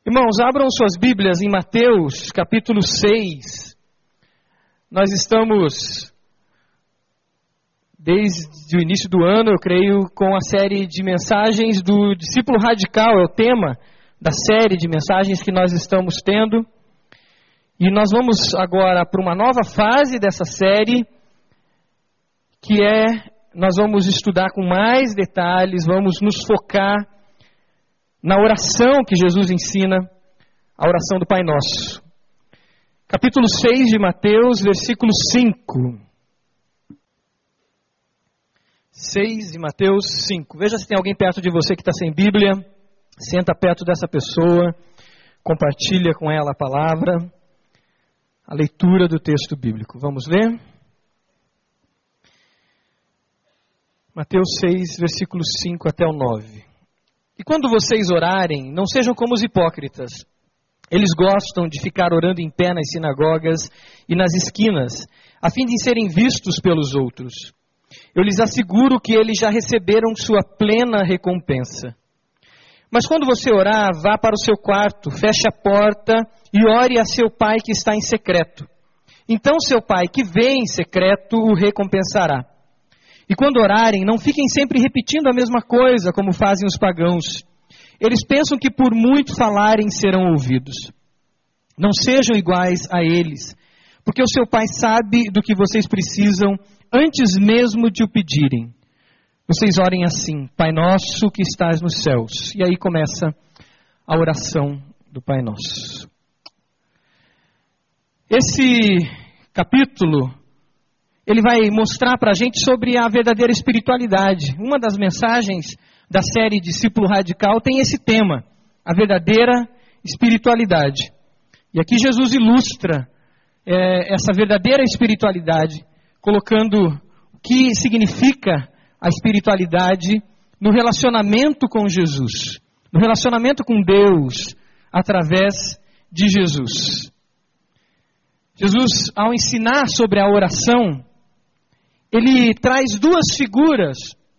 Irmãos, abram suas Bíblias em Mateus, capítulo 6. Nós estamos, desde o início do ano, eu creio, com a série de mensagens do discípulo radical, é o tema da série de mensagens que nós estamos tendo. E nós vamos agora para uma nova fase dessa série, que nós vamos estudar com mais detalhes, vamos nos focar na oração que Jesus ensina, a oração do Pai Nosso. Capítulo 6 de Mateus, versículo 5. 6 de Mateus 5. Veja se tem alguém perto de você que está sem Bíblia. Senta perto dessa pessoa, compartilha com ela a palavra, a leitura do texto bíblico. Vamos ler? Mateus 6, versículos 5 até o 9. E quando vocês orarem, não sejam como os hipócritas. Eles gostam de ficar orando em pé nas sinagogas e nas esquinas, a fim de serem vistos pelos outros. Eu lhes asseguro que eles já receberam sua plena recompensa. Mas quando você orar, vá para o seu quarto, feche a porta e ore a seu pai que está em secreto. Então seu pai que vê em secreto o recompensará. E quando orarem, não fiquem sempre repetindo a mesma coisa, como fazem os pagãos. Eles pensam que por muito falarem serão ouvidos. Não sejam iguais a eles, porque o seu Pai sabe do que vocês precisam antes mesmo de o pedirem. Vocês orem assim: Pai Nosso que estás nos céus. E aí começa a oração do Pai Nosso. Esse capítulo, ele vai mostrar para a gente sobre a verdadeira espiritualidade. Uma das mensagens da série Discípulo Radical tem esse tema, a verdadeira espiritualidade. E aqui Jesus ilustra essa verdadeira espiritualidade, colocando o que significa a espiritualidade no relacionamento com Jesus, no relacionamento com Deus, através de Jesus. Jesus, ao ensinar sobre a oração, ele traz duas figuras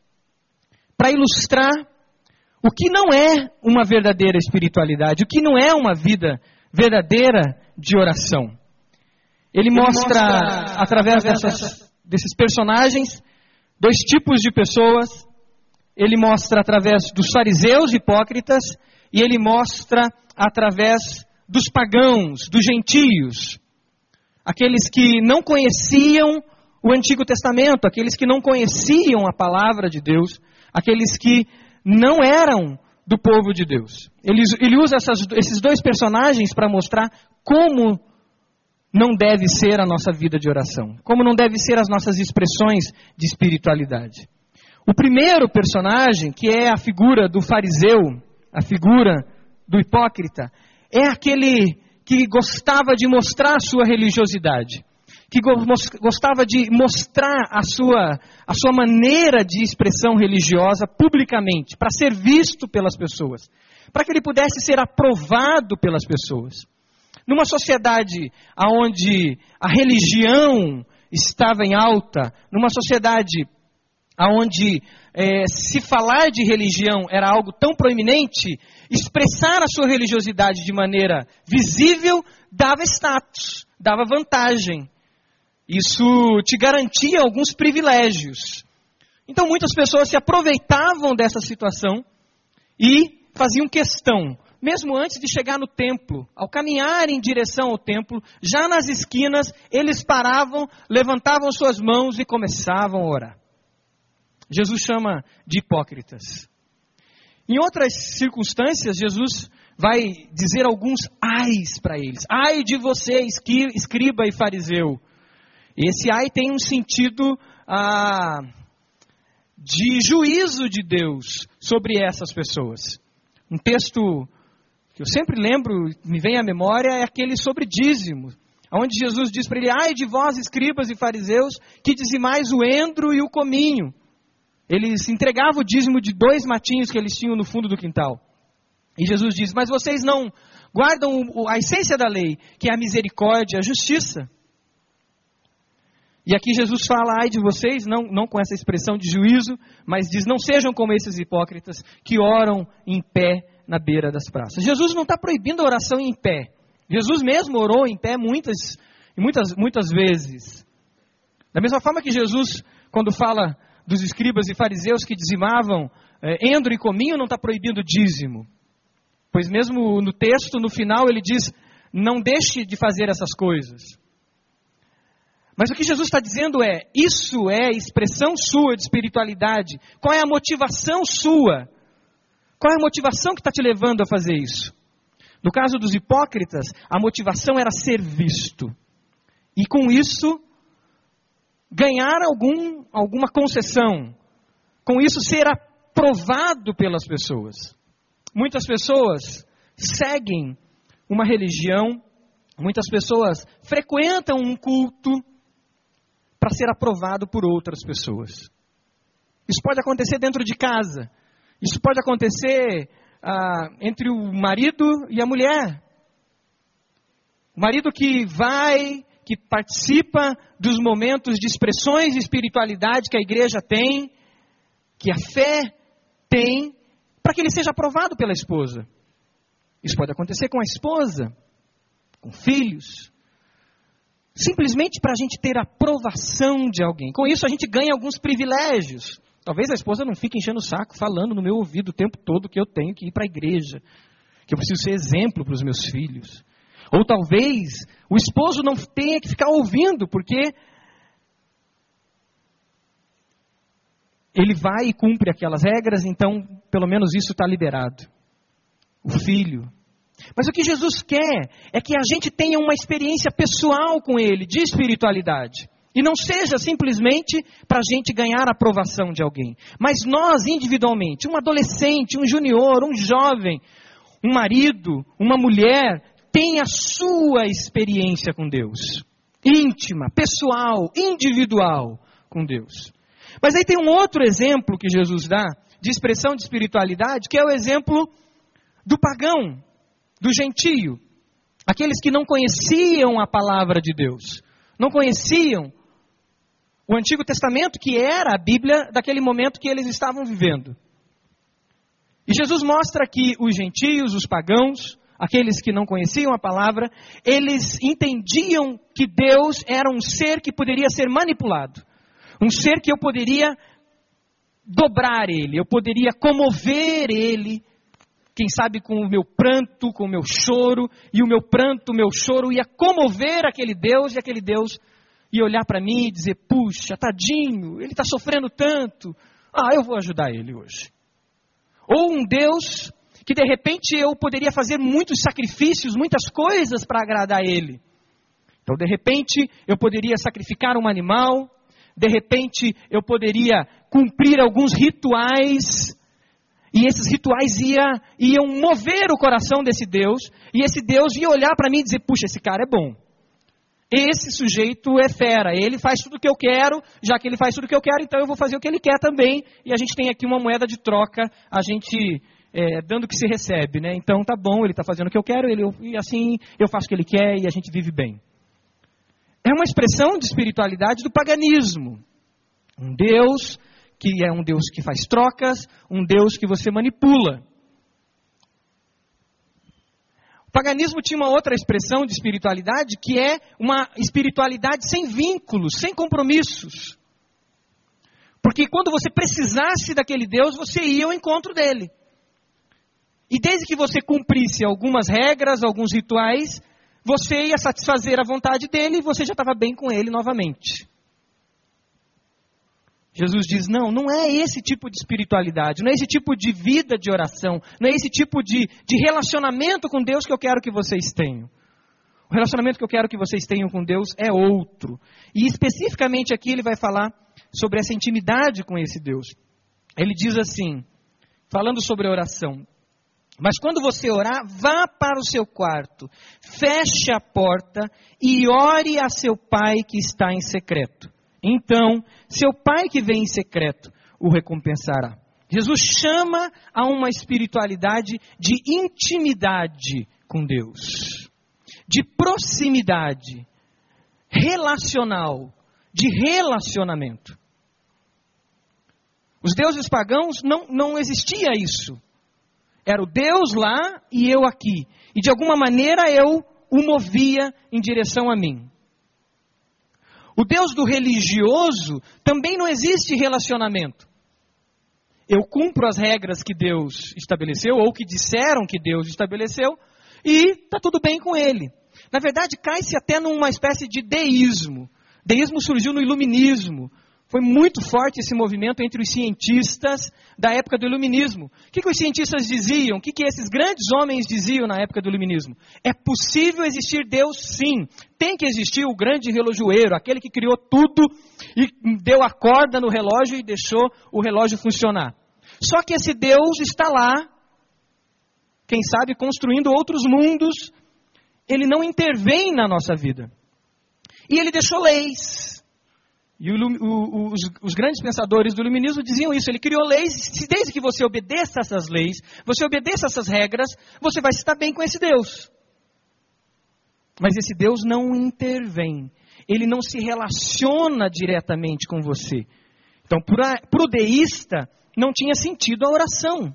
para ilustrar o que não é uma verdadeira espiritualidade, o que não é uma vida verdadeira de oração. Ele mostra, através desses personagens, dois tipos de pessoas. Ele mostra através dos fariseus hipócritas e ele mostra através dos pagãos, dos gentios, aqueles que não conheciam o Antigo Testamento, aqueles que não conheciam a palavra de Deus, aqueles que não eram do povo de Deus. Ele usa esses dois personagens para mostrar como não deve ser a nossa vida de oração, como não deve ser as nossas expressões de espiritualidade. O primeiro personagem, que é a figura do fariseu, a figura do hipócrita, é aquele que gostava de mostrar a sua religiosidade, que gostava de mostrar a sua maneira de expressão religiosa publicamente, para ser visto pelas pessoas, para que ele pudesse ser aprovado pelas pessoas. Numa sociedade onde a religião estava em alta, numa sociedade onde se falar de religião era algo tão proeminente, expressar a sua religiosidade de maneira visível dava status, dava vantagem. Isso te garantia alguns privilégios. Então muitas pessoas se aproveitavam dessa situação e faziam questão, mesmo antes de chegar no templo, ao caminhar em direção ao templo, já nas esquinas, eles paravam, levantavam suas mãos e começavam a orar. Jesus chama de hipócritas. Em outras circunstâncias, Jesus vai dizer alguns ais para eles. Ai de você, escriba e fariseu. Esse ai tem um sentido de juízo de Deus sobre essas pessoas. Um texto que eu sempre lembro, me vem à memória, é aquele sobre dízimo, onde Jesus diz para ele: ai de vós, escribas e fariseus, que dizimais o endro e o cominho. Eles entregavam o dízimo de 2 matinhos que eles tinham no fundo do quintal. E Jesus diz: mas vocês não guardam a essência da lei, que é a misericórdia, a justiça. E aqui Jesus fala: ai de vocês, não com essa expressão de juízo, mas diz: não sejam como esses hipócritas que oram em pé na beira das praças. Jesus não está proibindo a oração em pé. Jesus mesmo orou em pé muitas vezes. Da mesma forma que Jesus, quando fala dos escribas e fariseus que dizimavam endro e cominho, não está proibindo dízimo. Pois mesmo no texto, no final, ele diz, não deixe de fazer essas coisas. Mas o que Jesus está dizendo isso é expressão sua de espiritualidade. Qual é a motivação sua? Qual é a motivação que está te levando a fazer isso? No caso dos hipócritas, a motivação era ser visto. E com isso, ganhar alguma concessão. Com isso, ser aprovado pelas pessoas. Muitas pessoas seguem uma religião, muitas pessoas frequentam um culto para ser aprovado por outras pessoas. Isso pode acontecer dentro de casa. Isso pode acontecer entre o marido e a mulher. O marido que participa dos momentos de expressões de espiritualidade que a igreja tem, que a fé tem, para que ele seja aprovado pela esposa. Isso pode acontecer com a esposa, com filhos, simplesmente para a gente ter a aprovação de alguém. Com isso a gente ganha alguns privilégios. Talvez a esposa não fique enchendo o saco, falando no meu ouvido o tempo todo que eu tenho que ir para a igreja, que eu preciso ser exemplo para os meus filhos. Ou talvez o esposo não tenha que ficar ouvindo, porque ele vai e cumpre aquelas regras, então pelo menos isso está liberado. O filho. Mas o que Jesus quer é que a gente tenha uma experiência pessoal com Ele, de espiritualidade. E não seja simplesmente para a gente ganhar a aprovação de alguém. Mas nós individualmente, um adolescente, um junior, um jovem, um marido, uma mulher, tem a sua experiência com Deus. Íntima, pessoal, individual com Deus. Mas aí tem um outro exemplo que Jesus dá, de expressão de espiritualidade, que é o exemplo do pagão, do gentio. Aqueles que não conheciam a palavra de Deus. Não conheciam o Antigo Testamento, que era a Bíblia daquele momento que eles estavam vivendo. E Jesus mostra que os gentios, os pagãos, aqueles que não conheciam a palavra, eles entendiam que Deus era um ser que poderia ser manipulado. Um ser que eu poderia dobrar ele, eu poderia comover ele, quem sabe com o meu pranto, com o meu choro, e o meu pranto, o meu choro ia comover aquele Deus, e aquele Deus ia olhar para mim e dizer, puxa, tadinho, ele está sofrendo tanto, eu vou ajudar ele hoje. Ou um Deus que de repente eu poderia fazer muitos sacrifícios, muitas coisas para agradar ele. Então de repente eu poderia sacrificar um animal, de repente eu poderia cumprir alguns rituais, e esses rituais iam mover o coração desse Deus, e esse Deus ia olhar para mim e dizer, puxa, esse cara é bom. Esse sujeito é fera, ele faz tudo o que eu quero, já que ele faz tudo o que eu quero, então eu vou fazer o que ele quer também, e a gente tem aqui uma moeda de troca, a gente dando o que se recebe, né? Então tá bom, ele está fazendo o que eu quero, e assim eu faço o que ele quer e a gente vive bem. É uma expressão de espiritualidade do paganismo. Um Deus que é um Deus que faz trocas, um Deus que você manipula. O paganismo tinha uma outra expressão de espiritualidade, que é uma espiritualidade sem vínculos, sem compromissos. Porque quando você precisasse daquele Deus, você ia ao encontro dele. E desde que você cumprisse algumas regras, alguns rituais, você ia satisfazer a vontade dele e você já estava bem com ele novamente. Jesus diz, não é esse tipo de espiritualidade, não é esse tipo de vida de oração, não é esse tipo de relacionamento com Deus que eu quero que vocês tenham. O relacionamento que eu quero que vocês tenham com Deus é outro. E especificamente aqui ele vai falar sobre essa intimidade com esse Deus. Ele diz assim, falando sobre a oração, mas quando você orar, vá para o seu quarto, feche a porta e ore a seu pai que está em secreto. Então, seu pai que vem em secreto o recompensará. Jesus chama a uma espiritualidade de intimidade com Deus, de proximidade, relacional, de relacionamento. Os deuses pagãos não existia isso. Era o Deus lá e eu aqui. E de alguma maneira eu o movia em direção a mim. O Deus do religioso também não existe relacionamento. Eu cumpro as regras que Deus estabeleceu, ou que disseram que Deus estabeleceu, e está tudo bem com ele. Na verdade, cai-se até numa espécie de deísmo. Deísmo surgiu no iluminismo. Foi muito forte esse movimento entre os cientistas da época do iluminismo. O que os cientistas diziam? O que esses grandes homens diziam na época do iluminismo? É possível existir Deus, sim. Tem que existir o grande relojoeiro, aquele que criou tudo e deu a corda no relógio e deixou o relógio funcionar. Só que esse Deus está lá, quem sabe construindo outros mundos. Ele não intervém na nossa vida. E ele deixou leis. E os grandes pensadores do iluminismo diziam isso. Ele criou leis, desde que você obedeça a essas leis, você obedeça a essas regras, você vai estar bem com esse Deus. Mas esse Deus não intervém. Ele não se relaciona diretamente com você. Então, para o deísta, não tinha sentido a oração.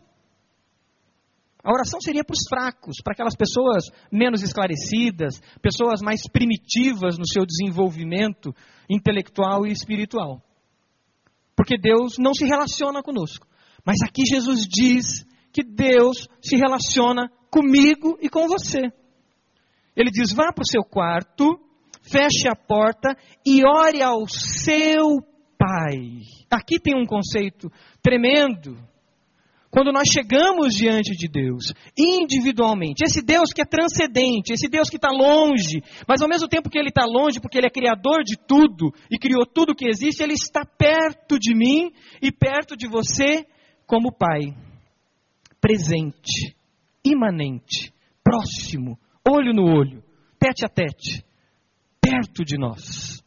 A oração seria para os fracos, para aquelas pessoas menos esclarecidas, pessoas mais primitivas no seu desenvolvimento intelectual e espiritual. Porque Deus não se relaciona conosco. Mas aqui Jesus diz que Deus se relaciona comigo e com você. Ele diz, vá para o seu quarto, feche a porta e ore ao seu Pai. Aqui tem um conceito tremendo. Quando nós chegamos diante de Deus, individualmente, esse Deus que é transcendente, esse Deus que está longe, mas ao mesmo tempo que Ele está longe, porque Ele é criador de tudo e criou tudo que existe, Ele está perto de mim e perto de você como Pai. Presente, imanente, próximo, olho no olho, tete a tete, perto de nós.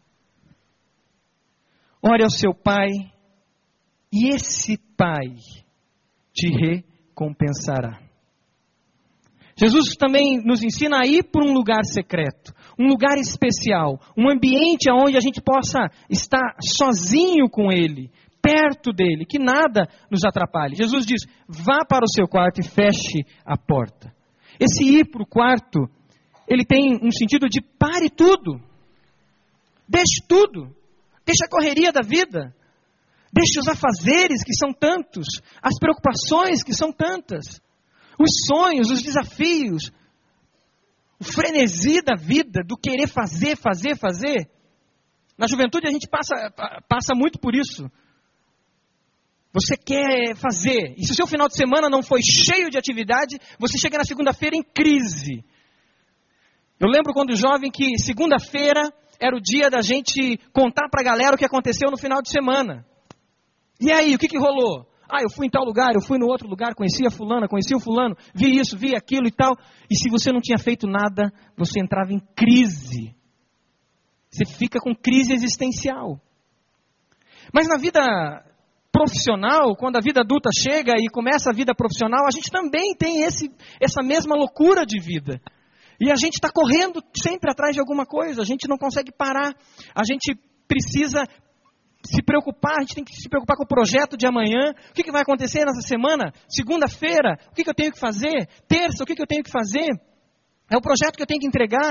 Ore ao seu Pai e esse Pai te recompensará. Jesus também nos ensina a ir para um lugar secreto, um lugar especial, um ambiente onde a gente possa estar sozinho com Ele, perto dEle, que nada nos atrapalhe. Jesus diz, vá para o seu quarto e feche a porta. Esse ir para o quarto, ele tem um sentido de pare tudo, deixe tudo, deixe a correria da vida, deixe os afazeres que são tantos, as preocupações que são tantas, os sonhos, os desafios, o frenesi da vida, do querer fazer. Na juventude a gente passa muito por isso. Você quer fazer, e se o seu final de semana não foi cheio de atividade, você chega na segunda-feira em crise. Eu lembro quando jovem que segunda-feira era o dia da gente contar para a galera o que aconteceu no final de semana. E aí, o que rolou? Eu fui em tal lugar, eu fui no outro lugar, conheci a fulana, conheci o fulano, vi isso, vi aquilo e tal. E se você não tinha feito nada, você entrava em crise. Você fica com crise existencial. Mas na vida profissional, quando a vida adulta chega e começa a vida profissional, a gente também tem essa mesma loucura de vida. E a gente está correndo sempre atrás de alguma coisa, a gente não consegue parar, a gente precisa se preocupar, a gente tem que se preocupar com o projeto de amanhã, o que vai acontecer nessa semana, segunda-feira, o que eu tenho que fazer, terça, o que eu tenho que fazer, é o projeto que eu tenho que entregar,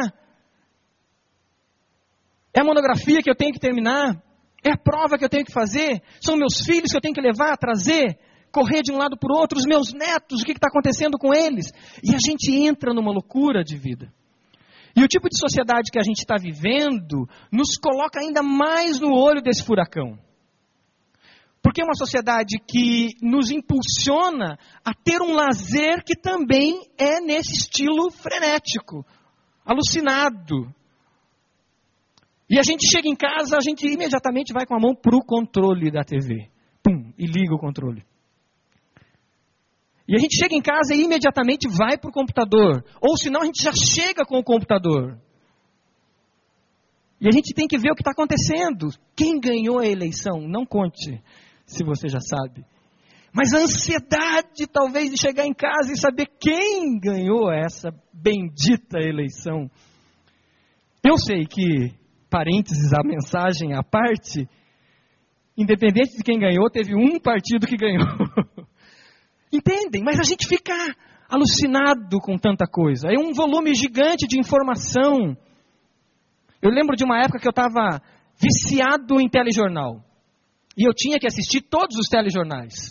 é a monografia que eu tenho que terminar, é a prova que eu tenho que fazer, são meus filhos que eu tenho que levar, trazer, correr de um lado para o outro, os meus netos, o que está acontecendo com eles, e a gente entra numa loucura de vida. E o tipo de sociedade que a gente está vivendo nos coloca ainda mais no olho desse furacão. Porque é uma sociedade que nos impulsiona a ter um lazer que também é nesse estilo frenético, alucinado. E a gente chega em casa, a gente imediatamente vai com a mão para o controle da TV. Pum, e liga o controle. E a gente chega em casa e imediatamente vai para o computador. Ou senão a gente já chega com o computador. E a gente tem que ver o que está acontecendo. Quem ganhou a eleição? Não conte, se você já sabe. Mas a ansiedade talvez de chegar em casa e saber quem ganhou essa bendita eleição. Eu sei que, parênteses, a mensagem à parte, independente de quem ganhou, teve um partido que ganhou. Entendem? Mas a gente fica alucinado com tanta coisa. É um volume gigante de informação. Eu lembro de uma época que eu estava viciado em telejornal. E eu tinha que assistir todos os telejornais.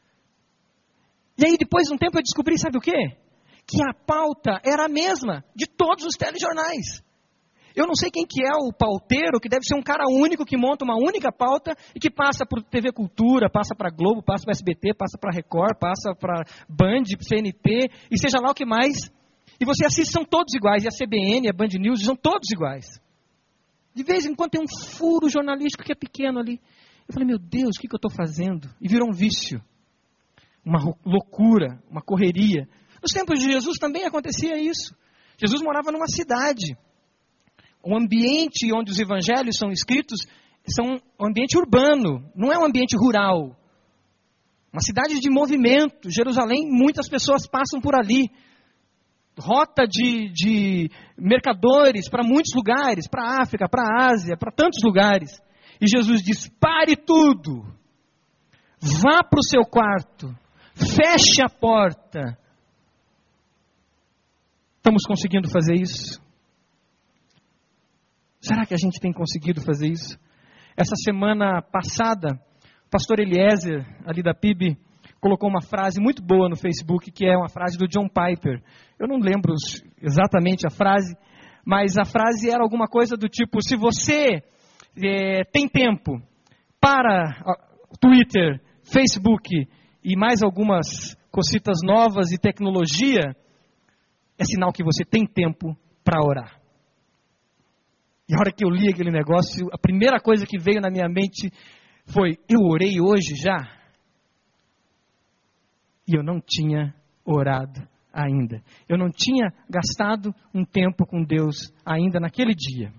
E aí, depois de um tempo, eu descobri, sabe o quê? Que a pauta era a mesma de todos os telejornais. Eu não sei quem que é o pauteiro, que deve ser um cara único que monta uma única pauta e que passa por TV Cultura, passa para Globo, passa para SBT, passa para Record, passa para Band, CNT e seja lá o que mais. E você assiste, são todos iguais. E a CBN, a Band News, são todos iguais. De vez em quando tem um furo jornalístico que é pequeno ali. Eu falei, meu Deus, o que eu estou fazendo? E virou um vício. Uma loucura, uma correria. Nos tempos de Jesus também acontecia isso. Jesus morava numa cidade. O ambiente onde os evangelhos são escritos são um ambiente urbano, não é um ambiente rural. Uma cidade de movimento. Jerusalém, muitas pessoas passam por ali. Rota de mercadores para muitos lugares, para a África, para a Ásia, para tantos lugares. E Jesus diz, pare tudo. Vá para o seu quarto. Feche a porta. Estamos conseguindo fazer isso? Será que a gente tem conseguido fazer isso? Essa semana passada, o pastor Eliezer, ali da PIB, colocou uma frase muito boa no Facebook, que é uma frase do John Piper. Eu não lembro exatamente a frase, mas a frase era alguma coisa do tipo, se você tem tempo para Twitter, Facebook e mais algumas cositas novas e tecnologia, é sinal que você tem tempo para orar. E a hora que eu li aquele negócio, a primeira coisa que veio na minha mente foi, eu orei hoje já? E eu não tinha orado ainda. Eu não tinha gastado um tempo com Deus ainda naquele dia.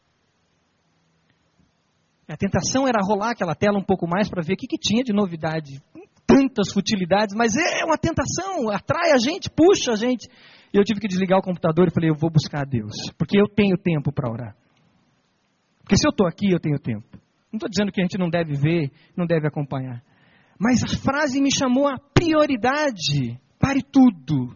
A tentação era rolar aquela tela um pouco mais para ver o que tinha de novidade. Tantas futilidades, mas é uma tentação, atrai a gente, puxa a gente. E eu tive que desligar o computador e falei, eu vou buscar a Deus, porque eu tenho tempo para orar. Porque se eu estou aqui, eu tenho tempo. Não estou dizendo que a gente não deve ver, não deve acompanhar. Mas a frase me chamou a prioridade. Pare tudo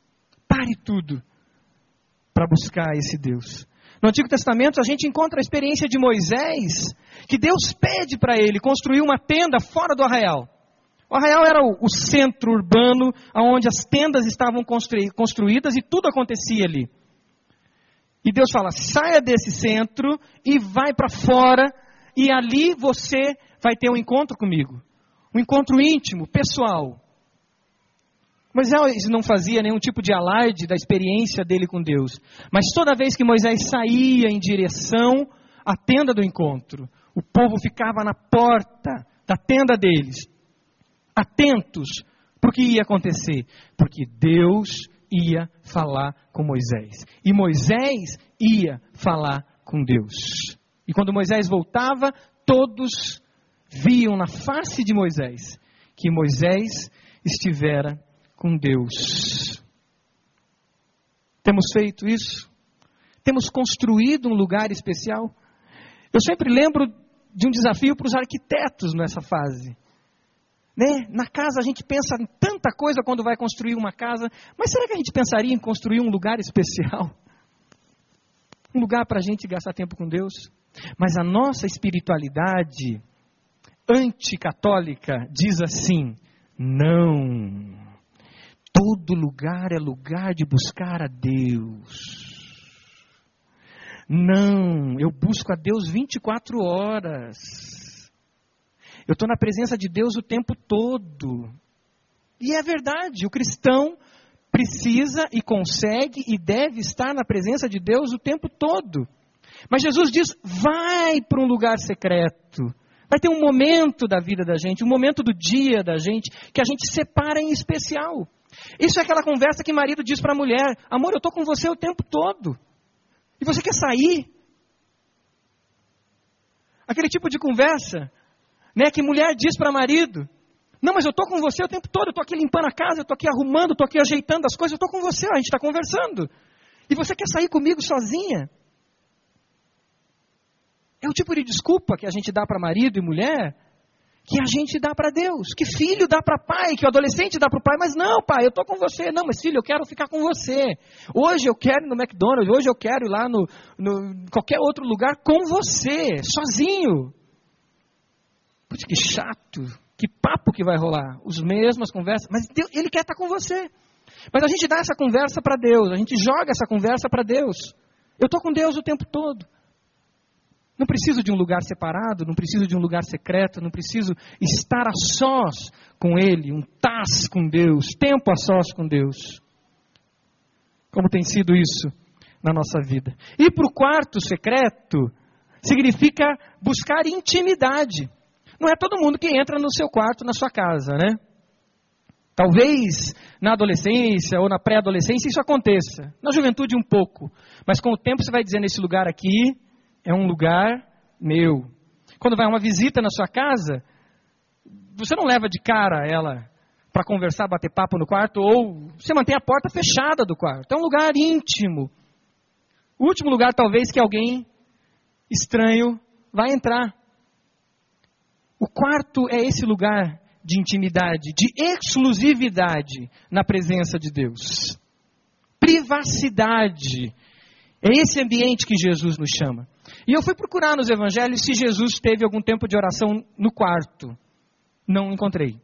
para buscar esse Deus. No Antigo Testamento a gente encontra a experiência de Moisés, que Deus pede para ele construir uma tenda fora do arraial. O arraial era o centro urbano, onde as tendas estavam construídas e tudo acontecia ali. E Deus fala, saia desse centro e vai para fora, e ali você vai ter um encontro comigo. Um encontro íntimo, pessoal. Moisés não fazia nenhum tipo de alarde da experiência dele com Deus. Mas toda vez que Moisés saía em direção à tenda do encontro, o povo ficava na porta da tenda deles, atentos para o que ia acontecer. Porque Deus ia falar com Moisés. E Moisés ia falar com Deus. E quando Moisés voltava, todos viam na face de Moisés que Moisés estivera com Deus. Temos feito isso? Temos construído um lugar especial? Eu sempre lembro de um desafio para os arquitetos nessa fase. Né? Na casa a gente pensa em tanta coisa quando vai construir uma casa, mas será que a gente pensaria em construir um lugar especial? Um lugar para a gente gastar tempo com Deus? Mas a nossa espiritualidade anticatólica diz assim, não, todo lugar é lugar de buscar a Deus. Não, eu busco a Deus 24 horas. Eu estou na presença de Deus o tempo todo. E é verdade, o cristão precisa e consegue e deve estar na presença de Deus o tempo todo. Mas Jesus diz, vai para um lugar secreto. Vai ter um momento da vida da gente, um momento do dia da gente, que a gente separa em especial. Isso é aquela conversa que marido diz para a mulher, amor, eu estou com você o tempo todo. E você quer sair? Aquele tipo de conversa, né, que mulher diz para marido, não, mas eu estou com você o tempo todo, eu estou aqui limpando a casa, eu estou aqui arrumando, estou aqui ajeitando as coisas, eu estou com você, a gente está conversando. E você quer sair comigo sozinha? É o tipo de desculpa que a gente dá para marido e mulher, que a gente dá para Deus, que filho dá para pai, que o adolescente dá para o pai. Mas não, pai, eu estou com você. Não, mas filho, eu quero ficar com você. Hoje eu quero ir no McDonald's, hoje eu quero ir lá no qualquer outro lugar com você, sozinho. Putz, que chato, que papo que vai rolar. As mesmas conversas, mas Deus, Ele quer estar com você. Mas a gente dá essa conversa para Deus, a gente joga essa conversa para Deus. Eu estou com Deus o tempo todo. Não preciso de um lugar separado, não preciso de um lugar secreto, não preciso estar a sós com Ele, um taz com Deus, tempo a sós com Deus. Como tem sido isso na nossa vida. Ir para o quarto secreto significa buscar intimidade. Não é todo mundo que entra no seu quarto, na sua casa, né? Talvez na adolescência ou na pré-adolescência isso aconteça. Na juventude um pouco. Mas com o tempo você vai dizendo, esse lugar aqui é um lugar meu. Quando vai uma visita na sua casa, você não leva de cara ela para conversar, bater papo no quarto, ou você mantém a porta fechada do quarto. É um lugar íntimo. O último lugar talvez que alguém estranho vai entrar. O quarto é esse lugar de intimidade, de exclusividade na presença de Deus. Privacidade. É esse ambiente que Jesus nos chama. E eu fui procurar nos evangelhos se Jesus teve algum tempo de oração no quarto. Não encontrei.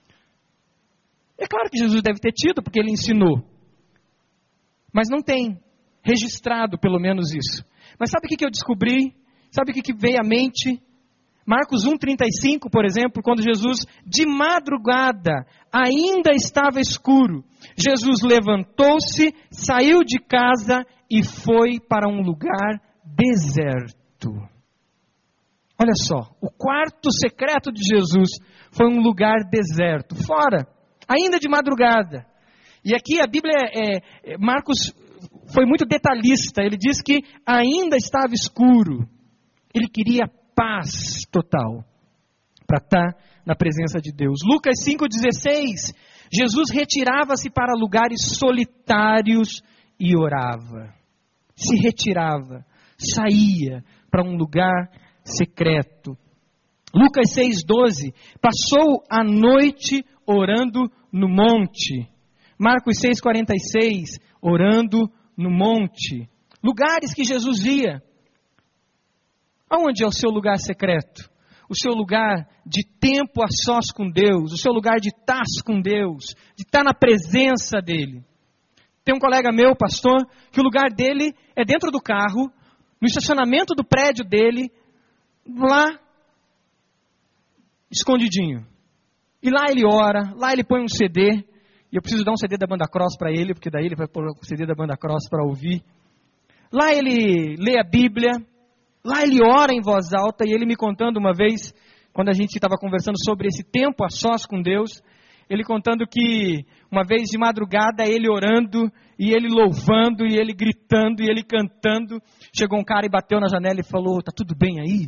É claro que Jesus deve ter tido, porque ele ensinou. Mas não tem registrado pelo menos isso. Mas sabe o que eu descobri? Sabe o que veio à mente? Marcos 1,35, por exemplo, quando Jesus, de madrugada, ainda estava escuro, Jesus levantou-se, saiu de casa e foi para um lugar deserto. Olha só, o quarto secreto de Jesus foi um lugar deserto, fora, ainda de madrugada. E aqui a Bíblia, Marcos foi muito detalhista, ele diz que ainda estava escuro. Ele queria paz total para estar na presença de Deus. Lucas 5,16, Jesus retirava-se para lugares solitários e orava. Se retirava, saía para um lugar secreto. Lucas 6,12, passou a noite orando no monte. Marcos 6,46, orando no monte. Lugares que Jesus ia. Aonde é o seu lugar secreto? O seu lugar de tempo a sós com Deus, o seu lugar de estar com Deus, de estar na presença dEle. Tem um colega meu, pastor, que o lugar dele é dentro do carro, no estacionamento do prédio dele, lá, escondidinho. E lá ele ora, lá ele põe um CD, e eu preciso dar um CD da Banda Cross para ele, porque daí ele vai pôr o CD da Banda Cross para ouvir. Lá ele lê a Bíblia, lá ele ora em voz alta, e ele me contando uma vez, quando a gente estava conversando sobre esse tempo a sós com Deus, ele contando que uma vez de madrugada, ele orando, e ele louvando, e ele gritando, e ele cantando, chegou um cara e bateu na janela e falou, tá tudo bem aí?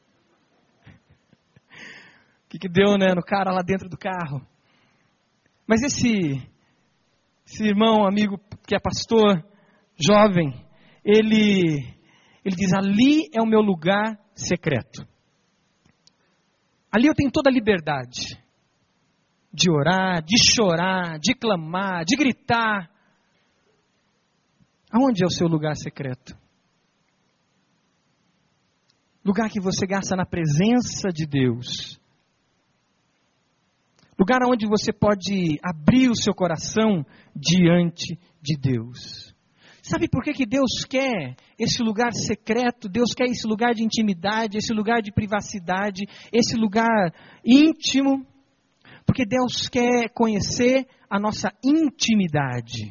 O que deu, né, no cara lá dentro do carro? Mas esse irmão, amigo, que é pastor, jovem, ele diz, ali é o meu lugar secreto. Ali eu tenho toda a liberdade de orar, de chorar, de clamar, de gritar. Aonde é o seu lugar secreto? Lugar que você gasta na presença de Deus. Lugar onde você pode abrir o seu coração diante de Deus. Sabe por que Deus quer esse lugar secreto? Deus quer esse lugar de intimidade, esse lugar de privacidade, esse lugar íntimo. Porque Deus quer conhecer a nossa intimidade.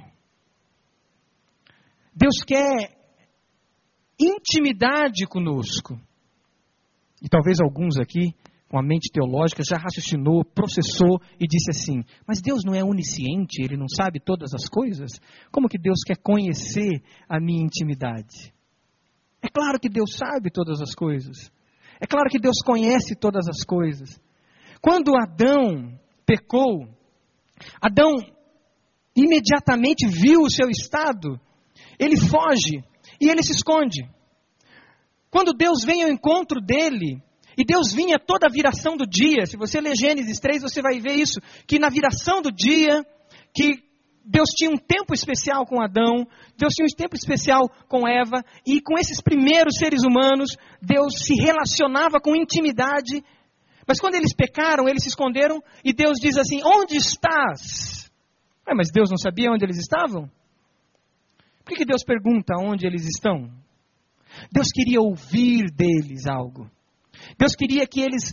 Deus quer intimidade conosco. E talvez alguns aqui, com a mente teológica, já raciocinou, processou e disse assim, mas Deus não é onisciente, Ele não sabe todas as coisas? Como que Deus quer conhecer a minha intimidade? É claro que Deus sabe todas as coisas. É claro que Deus conhece todas as coisas. Quando Adão pecou, Adão imediatamente viu o seu estado, ele foge e ele se esconde. Quando Deus vem ao encontro dele, E Deus vinha toda a viração do dia. Se você ler Gênesis 3, você vai ver isso. Que na viração do dia, que Deus tinha um tempo especial com Adão, Deus tinha um tempo especial com Eva, e com esses primeiros seres humanos, Deus se relacionava com intimidade. Mas quando eles pecaram, eles se esconderam, e Deus diz assim: onde estás? Mas Deus não sabia onde eles estavam? Por que Deus pergunta onde eles estão? Deus queria ouvir deles algo. Deus queria que eles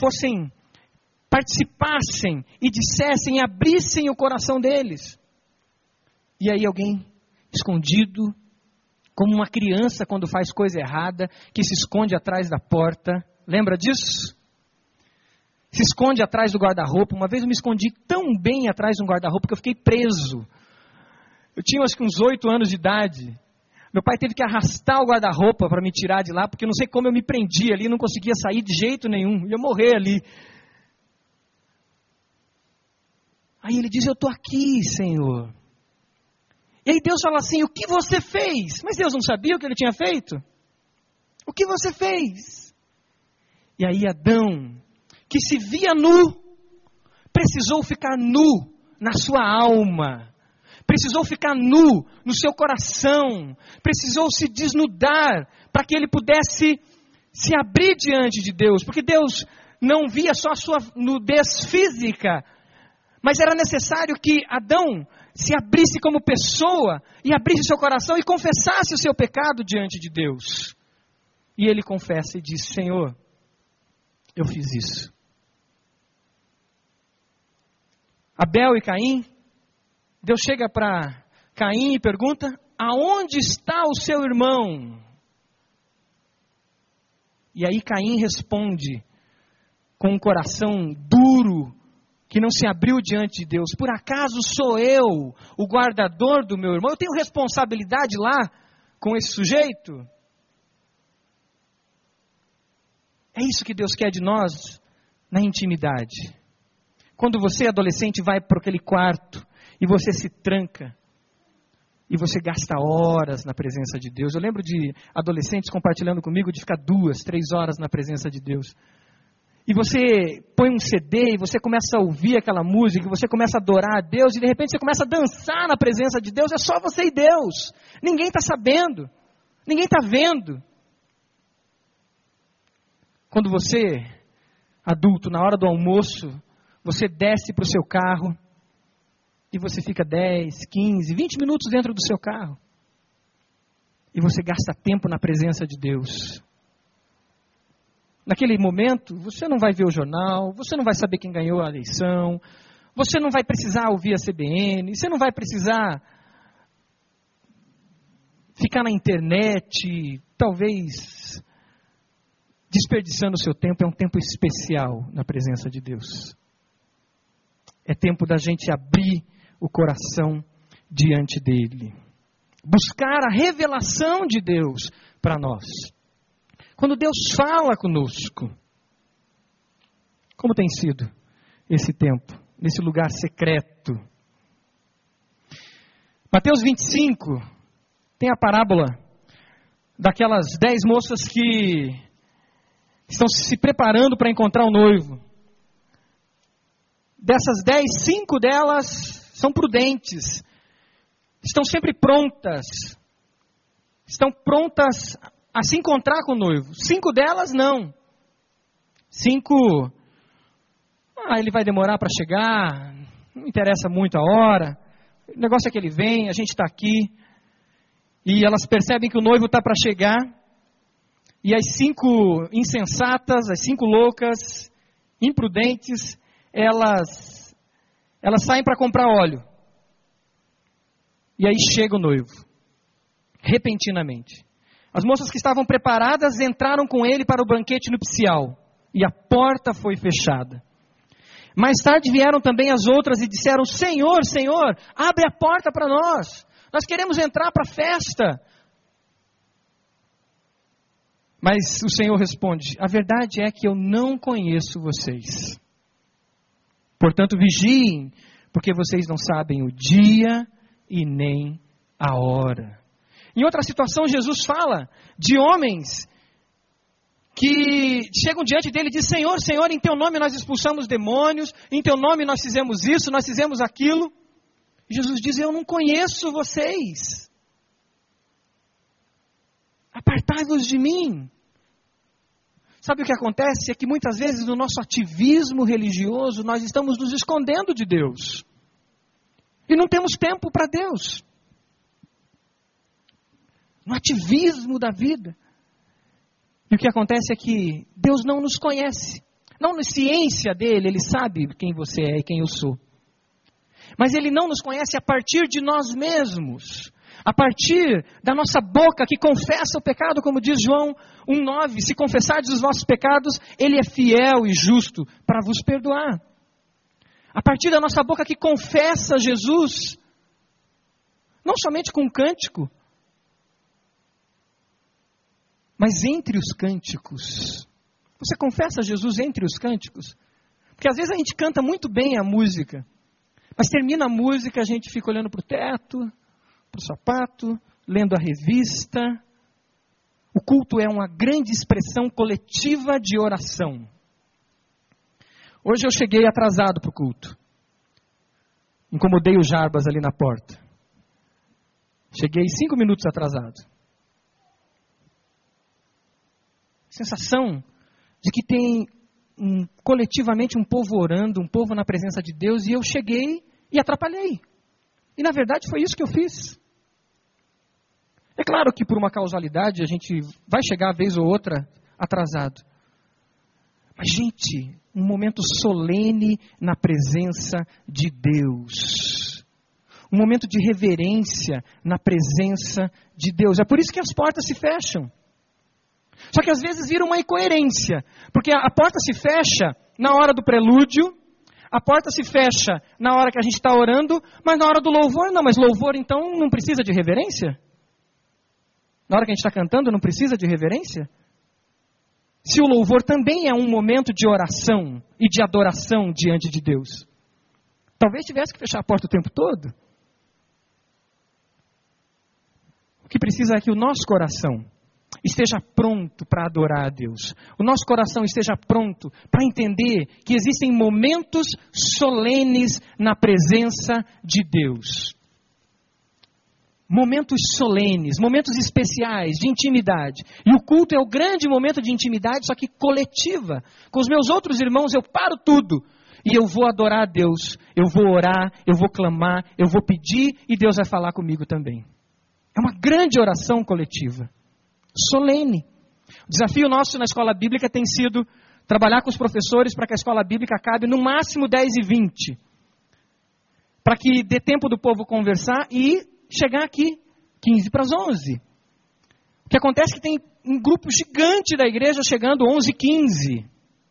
participassem e dissessem, abrissem o coração deles. E aí alguém escondido, como uma criança quando faz coisa errada, que se esconde atrás da porta. Lembra disso? Se esconde atrás do guarda-roupa. Uma vez eu me escondi tão bem atrás de um guarda-roupa que eu fiquei preso. Eu tinha acho que uns 8 anos de idade. Meu pai teve que arrastar o guarda-roupa para me tirar de lá, porque não sei como eu me prendi ali, não conseguia sair de jeito nenhum, ia morrer ali. Aí ele diz: eu estou aqui, Senhor. E aí Deus fala assim: o que você fez? Mas Deus não sabia o que ele tinha feito? O que você fez? E aí Adão, que se via nu, precisou ficar nu na sua alma. Precisou ficar nu no seu coração, precisou se desnudar para que ele pudesse se abrir diante de Deus, porque Deus não via só a sua nudez física, mas era necessário que Adão se abrisse como pessoa e abrisse seu coração e confessasse o seu pecado diante de Deus. E ele confessa e diz: Senhor, eu fiz isso. Abel e Caim, Deus chega para Caim e pergunta: aonde está o seu irmão? E aí Caim responde com um coração duro, que não se abriu diante de Deus: por acaso sou eu o guardador do meu irmão? Eu tenho responsabilidade lá com esse sujeito? É isso que Deus quer de nós na intimidade. Quando você, adolescente, vai para aquele quarto e você se tranca, e você gasta horas na presença de Deus. Eu lembro de adolescentes compartilhando comigo de ficar 2, 3 horas na presença de Deus. E você põe um CD, e você começa a ouvir aquela música, e você começa a adorar a Deus, e de repente você começa a dançar na presença de Deus. É só você e Deus. Ninguém está sabendo. Ninguém está vendo. Quando você, adulto, na hora do almoço, você desce para o seu carro, e você fica 10, 15, 20 minutos dentro do seu carro. E você gasta tempo na presença de Deus. Naquele momento, você não vai ver o jornal, você não vai saber quem ganhou a eleição, você não vai precisar ouvir a CBN, você não vai precisar ficar na internet, talvez desperdiçando o seu tempo. É um tempo especial na presença de Deus. É tempo da gente abrir o coração diante dele. Buscar a revelação de Deus para nós. Quando Deus fala conosco, como tem sido esse tempo, nesse lugar secreto? Mateus 25 tem a parábola daquelas 10 moças que estão se preparando para encontrar o noivo. Dessas 10, 5 delas são prudentes, estão sempre prontas, estão prontas a se encontrar com o noivo. 5 delas não. 5, ele vai demorar para chegar, não interessa muito a hora, o negócio é que ele vem, a gente está aqui. E elas percebem que o noivo está para chegar, e as 5 insensatas, as 5 loucas, imprudentes, elas saem para comprar óleo. E aí chega o noivo, repentinamente. As moças que estavam preparadas entraram com ele para o banquete nupcial, e a porta foi fechada. Mais tarde vieram também as outras e disseram: Senhor, Senhor, abre a porta para nós queremos entrar para a festa. Mas o Senhor responde: a verdade é que eu não conheço vocês. Portanto, vigiem, porque vocês não sabem o dia e nem a hora. Em outra situação, Jesus fala de homens que chegam diante dele e dizem: Senhor, Senhor, em teu nome nós expulsamos demônios, em teu nome nós fizemos isso, nós fizemos aquilo. E Jesus diz: eu não conheço vocês. Apartai-vos de mim. Sabe o que acontece? É que muitas vezes no nosso ativismo religioso nós estamos nos escondendo de Deus. E não temos tempo para Deus. No ativismo da vida. E o que acontece é que Deus não nos conhece. Não na ciência dele, ele sabe quem você é e quem eu sou. Mas ele não nos conhece a partir de nós mesmos. A partir da nossa boca que confessa o pecado, como diz João 1,9. Se confessardes os vossos pecados, ele é fiel e justo para vos perdoar. A partir da nossa boca que confessa Jesus, não somente com um cântico, mas entre os cânticos. Você confessa Jesus entre os cânticos? Porque às vezes a gente canta muito bem a música, mas termina a música, a gente fica olhando para o teto, para o sapato, lendo a revista. O culto é uma grande expressão coletiva de oração. Hoje eu cheguei atrasado para o culto. Incomodei o Jarbas ali na porta. Cheguei 5 minutos atrasado. Sensação de que tem coletivamente um povo orando, um povo na presença de Deus, e eu cheguei e atrapalhei. E na verdade foi isso que eu fiz. É claro que por uma causalidade a gente vai chegar a vez ou outra atrasado. Mas gente, um momento solene na presença de Deus. Um momento de reverência na presença de Deus. É por isso que as portas se fecham. Só que às vezes vira uma incoerência, porque a porta se fecha na hora do prelúdio, a porta se fecha na hora que a gente está orando, mas na hora do louvor não. Mas louvor então não precisa de reverência? Na hora que a gente está cantando não precisa de reverência? Se o louvor também é um momento de oração e de adoração diante de Deus, talvez tivesse que fechar a porta o tempo todo. O que precisa é que o nosso coração esteja pronto para adorar a Deus. O nosso coração esteja pronto para entender que existem momentos solenes na presença de Deus. Momentos solenes, momentos especiais de intimidade. E o culto é o grande momento de intimidade, só que coletiva. Com os meus outros irmãos eu paro tudo e eu vou adorar a Deus. Eu vou orar, eu vou clamar, eu vou pedir e Deus vai falar comigo também. É uma grande oração coletiva. Solene. O desafio nosso na escola bíblica tem sido trabalhar com os professores para que a escola bíblica acabe no máximo 10h20. Para que dê tempo do povo conversar e chegar aqui 11h. O que acontece é que tem um grupo gigante da igreja chegando 11h15.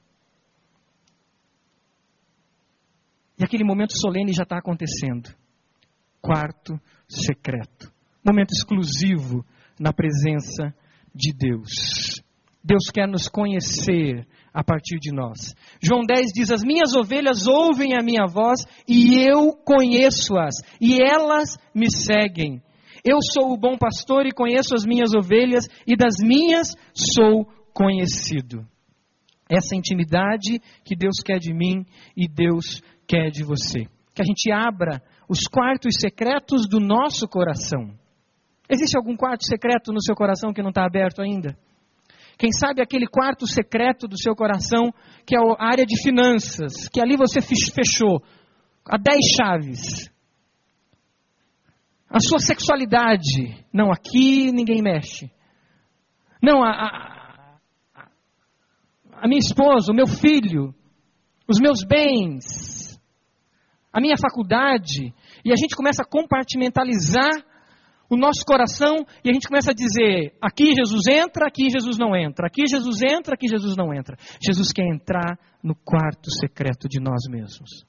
E aquele momento solene já está acontecendo. Quarto secreto. Momento exclusivo na presença de Deus. Deus quer nos conhecer a partir de nós. João 10 diz: as minhas ovelhas ouvem a minha voz e eu conheço-as e elas me seguem. Eu sou o bom pastor e conheço as minhas ovelhas e das minhas sou conhecido. Essa intimidade que Deus quer de mim e Deus quer de você. Que a gente abra os quartos secretos do nosso coração. Existe algum quarto secreto no seu coração que não está aberto ainda? Quem sabe aquele quarto secreto do seu coração, que é a área de finanças, que ali você fechou a 10 chaves. A sua sexualidade, não, aqui ninguém mexe. Não, a minha esposa, o meu filho, os meus bens, a minha faculdade. E a gente começa a compartimentalizar o nosso coração, e a gente começa a dizer: aqui Jesus entra, aqui Jesus não entra, aqui Jesus entra, aqui Jesus não entra. Jesus quer entrar no quarto secreto de nós mesmos.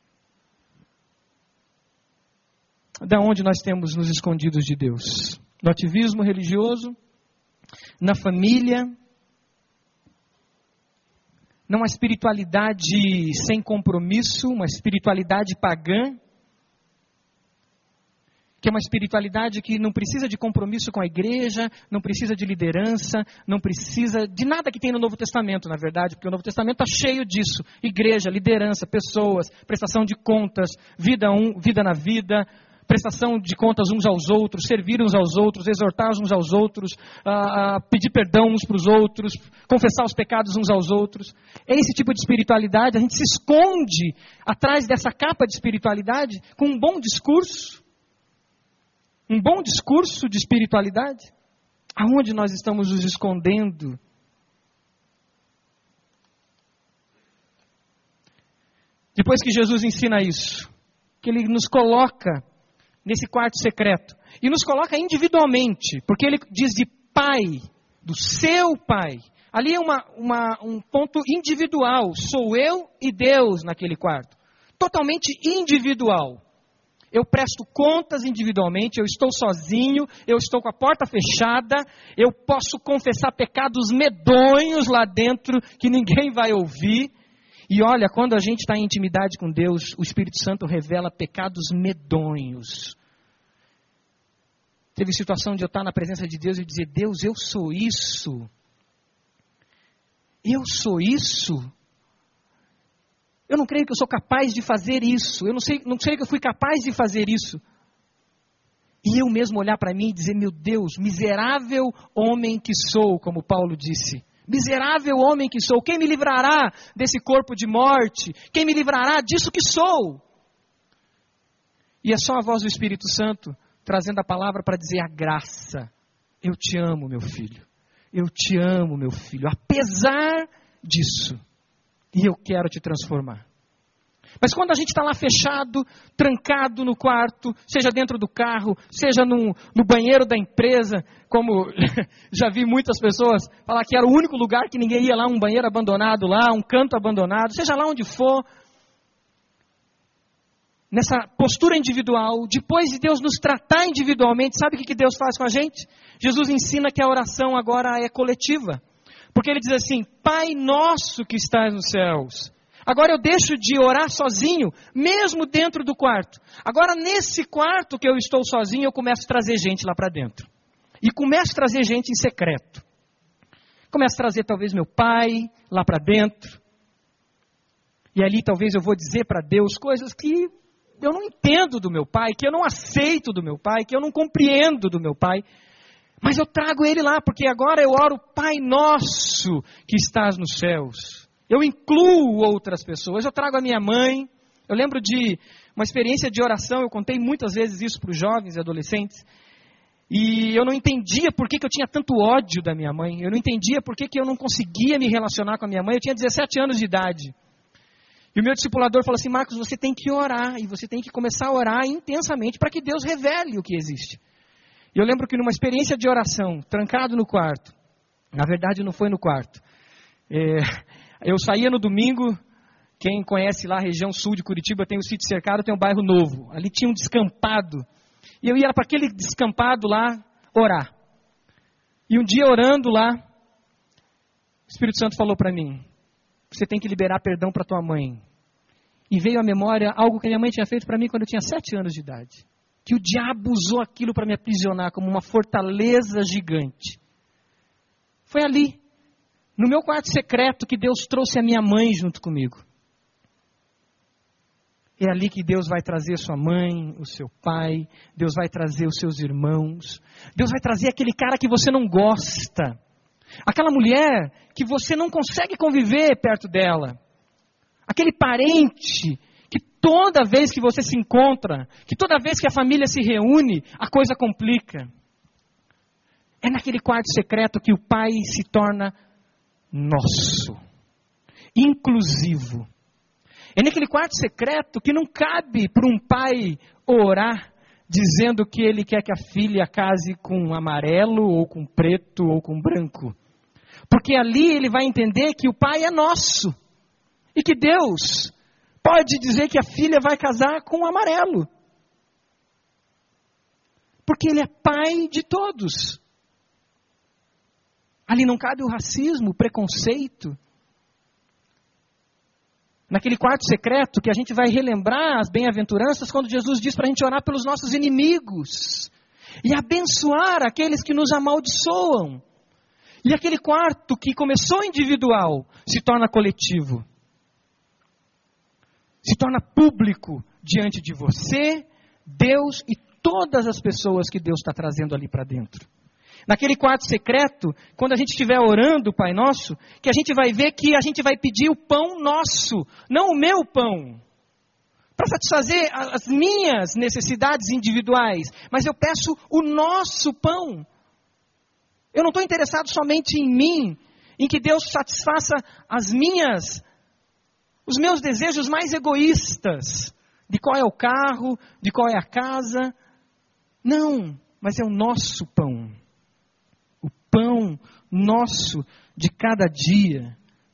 Da onde nós temos nos escondidos de Deus? No ativismo religioso, na família, numa espiritualidade sem compromisso, uma espiritualidade pagã, que é uma espiritualidade que não precisa de compromisso com a igreja, não precisa de liderança, não precisa de nada que tem no Novo Testamento, na verdade, porque o Novo Testamento está cheio disso. Igreja, liderança, pessoas, prestação de contas, vida na vida, prestação de contas uns aos outros, servir uns aos outros, exortar uns aos outros, pedir perdão uns para os outros, confessar os pecados uns aos outros. É esse tipo de espiritualidade, a gente se esconde atrás dessa capa de espiritualidade com um bom discurso. Um bom discurso de espiritualidade? Aonde nós estamos nos escondendo? Depois que Jesus ensina isso, que Ele nos coloca nesse quarto secreto, e nos coloca individualmente, porque Ele diz de Pai, do seu Pai. Ali é um ponto individual, sou eu e Deus naquele quarto. Totalmente individual. Eu presto contas individualmente, eu estou sozinho, eu estou com a porta fechada, eu posso confessar pecados medonhos lá dentro que ninguém vai ouvir. E olha, quando a gente está em intimidade com Deus, o Espírito Santo revela pecados medonhos. Teve situação de eu estar na presença de Deus e dizer, Deus, eu sou isso. Eu sou isso. Eu não creio que eu sou capaz de fazer isso. Eu não creio que eu fui capaz de fazer isso. E eu mesmo olhar para mim e dizer, meu Deus, miserável homem que sou, como Paulo disse. Miserável homem que sou. Quem me livrará desse corpo de morte? Quem me livrará disso que sou? E é só a voz do Espírito Santo trazendo a palavra para dizer a graça. Eu te amo, meu filho. Eu te amo, meu filho. Apesar disso. E eu quero te transformar. Mas quando a gente está lá fechado, trancado no quarto, seja dentro do carro, seja no banheiro da empresa, como já vi muitas pessoas falar que era o único lugar que ninguém ia lá, um banheiro abandonado lá, um canto abandonado, seja lá onde for, nessa postura individual, depois de Deus nos tratar individualmente, sabe o que Deus faz com a gente? Jesus ensina que a oração agora é coletiva. Porque Ele diz assim, Pai nosso que estás nos céus. Agora eu deixo de orar sozinho, mesmo dentro do quarto. Agora nesse quarto que eu estou sozinho, eu começo a trazer gente lá para dentro. E começo a trazer gente em secreto. Começo a trazer talvez meu pai lá para dentro. E ali talvez eu vou dizer para Deus coisas que eu não entendo do meu pai, que eu não aceito do meu pai, que eu não compreendo do meu pai. Mas eu trago ele lá, porque agora eu oro, Pai nosso que estás nos céus. Eu incluo outras pessoas, eu trago a minha mãe. Eu lembro de uma experiência de oração, eu contei muitas vezes isso para os jovens e adolescentes. E eu não entendia por que eu tinha tanto ódio da minha mãe. Eu não entendia por que eu não conseguia me relacionar com a minha mãe. Eu tinha 17 anos de idade. E o meu discipulador falou assim, Marcos, você tem que orar. E você tem que começar a orar intensamente para que Deus revele o que existe. E eu lembro que numa experiência de oração, trancado no quarto, na verdade não foi no quarto, eu saía no domingo, quem conhece lá a região sul de Curitiba, tem o Sítio Cercado, tem o Bairro Novo, ali tinha um descampado, e eu ia para aquele descampado lá orar. E um dia orando lá, o Espírito Santo falou para mim, você tem que liberar perdão para tua mãe. E veio à memória algo que a minha mãe tinha feito para mim quando eu tinha 7 anos de idade. Que o diabo usou aquilo para me aprisionar como uma fortaleza gigante. Foi ali, no meu quarto secreto, que Deus trouxe a minha mãe junto comigo. É ali que Deus vai trazer sua mãe, o seu pai, Deus vai trazer os seus irmãos, Deus vai trazer aquele cara que você não gosta, aquela mulher que você não consegue conviver perto dela, aquele parente que toda vez que você se encontra, que toda vez que a família se reúne, a coisa complica. É naquele quarto secreto que o Pai se torna nosso, inclusivo. É naquele quarto secreto que não cabe para um pai orar, dizendo que ele quer que a filha case com amarelo, ou com preto, ou com branco. Porque ali ele vai entender que o pai é nosso, e que Deus pode dizer que a filha vai casar com amarelo. Porque Ele é Pai de todos. Ali não cabe o racismo, o preconceito. Naquele quarto secreto que a gente vai relembrar as bem-aventuranças quando Jesus diz para a gente orar pelos nossos inimigos e abençoar aqueles que nos amaldiçoam. E aquele quarto que começou individual se torna coletivo. Se torna público diante de você, Deus e todas as pessoas que Deus está trazendo ali para dentro. Naquele quarto secreto, quando a gente estiver orando o Pai Nosso, que a gente vai ver que a gente vai pedir o pão nosso, não o meu pão, para satisfazer as minhas necessidades individuais, mas eu peço o nosso pão. Eu não estou interessado somente em mim, em que Deus satisfaça os meus desejos mais egoístas, de qual é o carro, de qual é a casa. Não, mas é o nosso pão. O pão nosso de cada dia.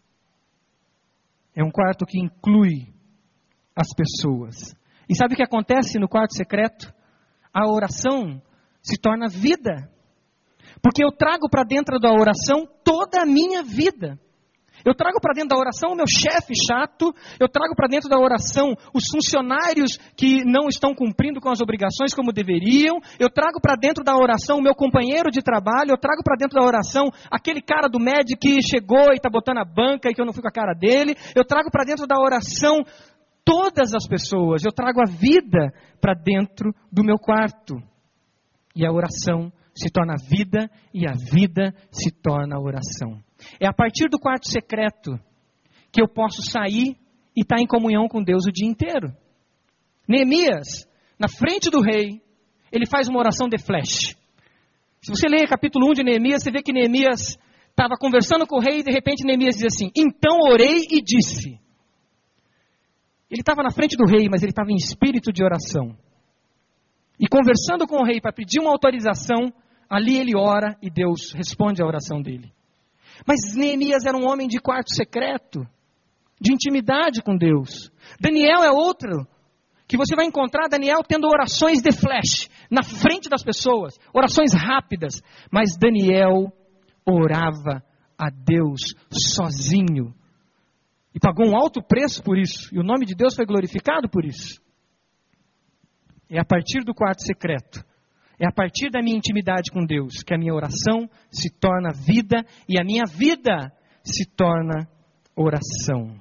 É um quarto que inclui as pessoas. E sabe o que acontece no quarto secreto? A oração se torna vida. Porque eu trago para dentro da oração toda a minha vida. Eu trago para dentro da oração o meu chefe chato, eu trago para dentro da oração os funcionários que não estão cumprindo com as obrigações como deveriam, eu trago para dentro da oração o meu companheiro de trabalho, eu trago para dentro da oração aquele cara do médico que chegou e está botando a banca e que eu não fui com a cara dele, eu trago para dentro da oração todas as pessoas, eu trago a vida para dentro do meu quarto. E a oração se torna vida e a vida se torna oração. É a partir do quarto secreto que eu posso sair e estar em comunhão com Deus o dia inteiro. Neemias, na frente do rei, ele faz uma oração de flash. Se você ler capítulo 1 de Neemias, você vê que Neemias estava conversando com o rei e de repente Neemias diz assim: então orei e disse. Ele estava na frente do rei, mas ele estava em espírito de oração. E conversando com o rei para pedir uma autorização, ali ele ora e Deus responde a oração dele. Mas Neemias era um homem de quarto secreto, de intimidade com Deus. Daniel é outro, que você vai encontrar Daniel tendo orações de flash, na frente das pessoas, orações rápidas. Mas Daniel orava a Deus sozinho. E pagou um alto preço por isso. E o nome de Deus foi glorificado por isso. É a partir do quarto secreto, é a partir da minha intimidade com Deus, que a minha oração se torna vida e a minha vida se torna oração.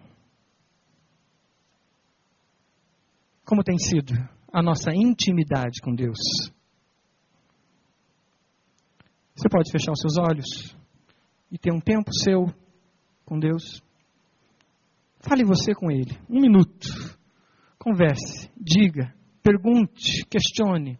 Como tem sido a nossa intimidade com Deus? Você pode fechar os seus olhos e ter um tempo seu com Deus? Fale você com Ele, 1 minuto. Converse, diga, pergunte, questione.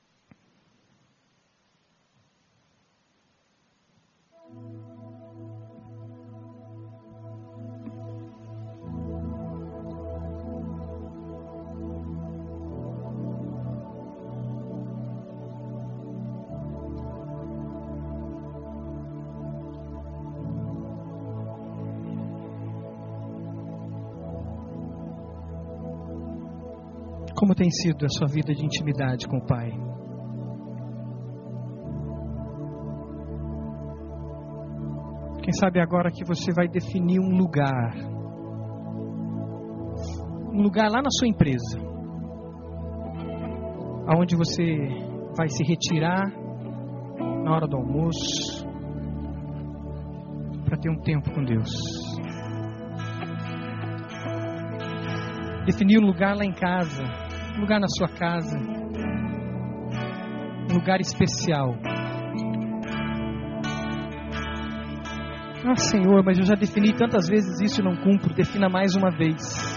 Como tem sido a sua vida de intimidade com o Pai? Quem sabe agora que você vai definir um lugar lá na sua empresa, aonde você vai se retirar na hora do almoço para ter um tempo com Deus. Definir um lugar lá em casa, um lugar na sua casa, um lugar especial. Ah, Senhor, mas eu já defini tantas vezes isso e não cumpro. Defina mais uma vez.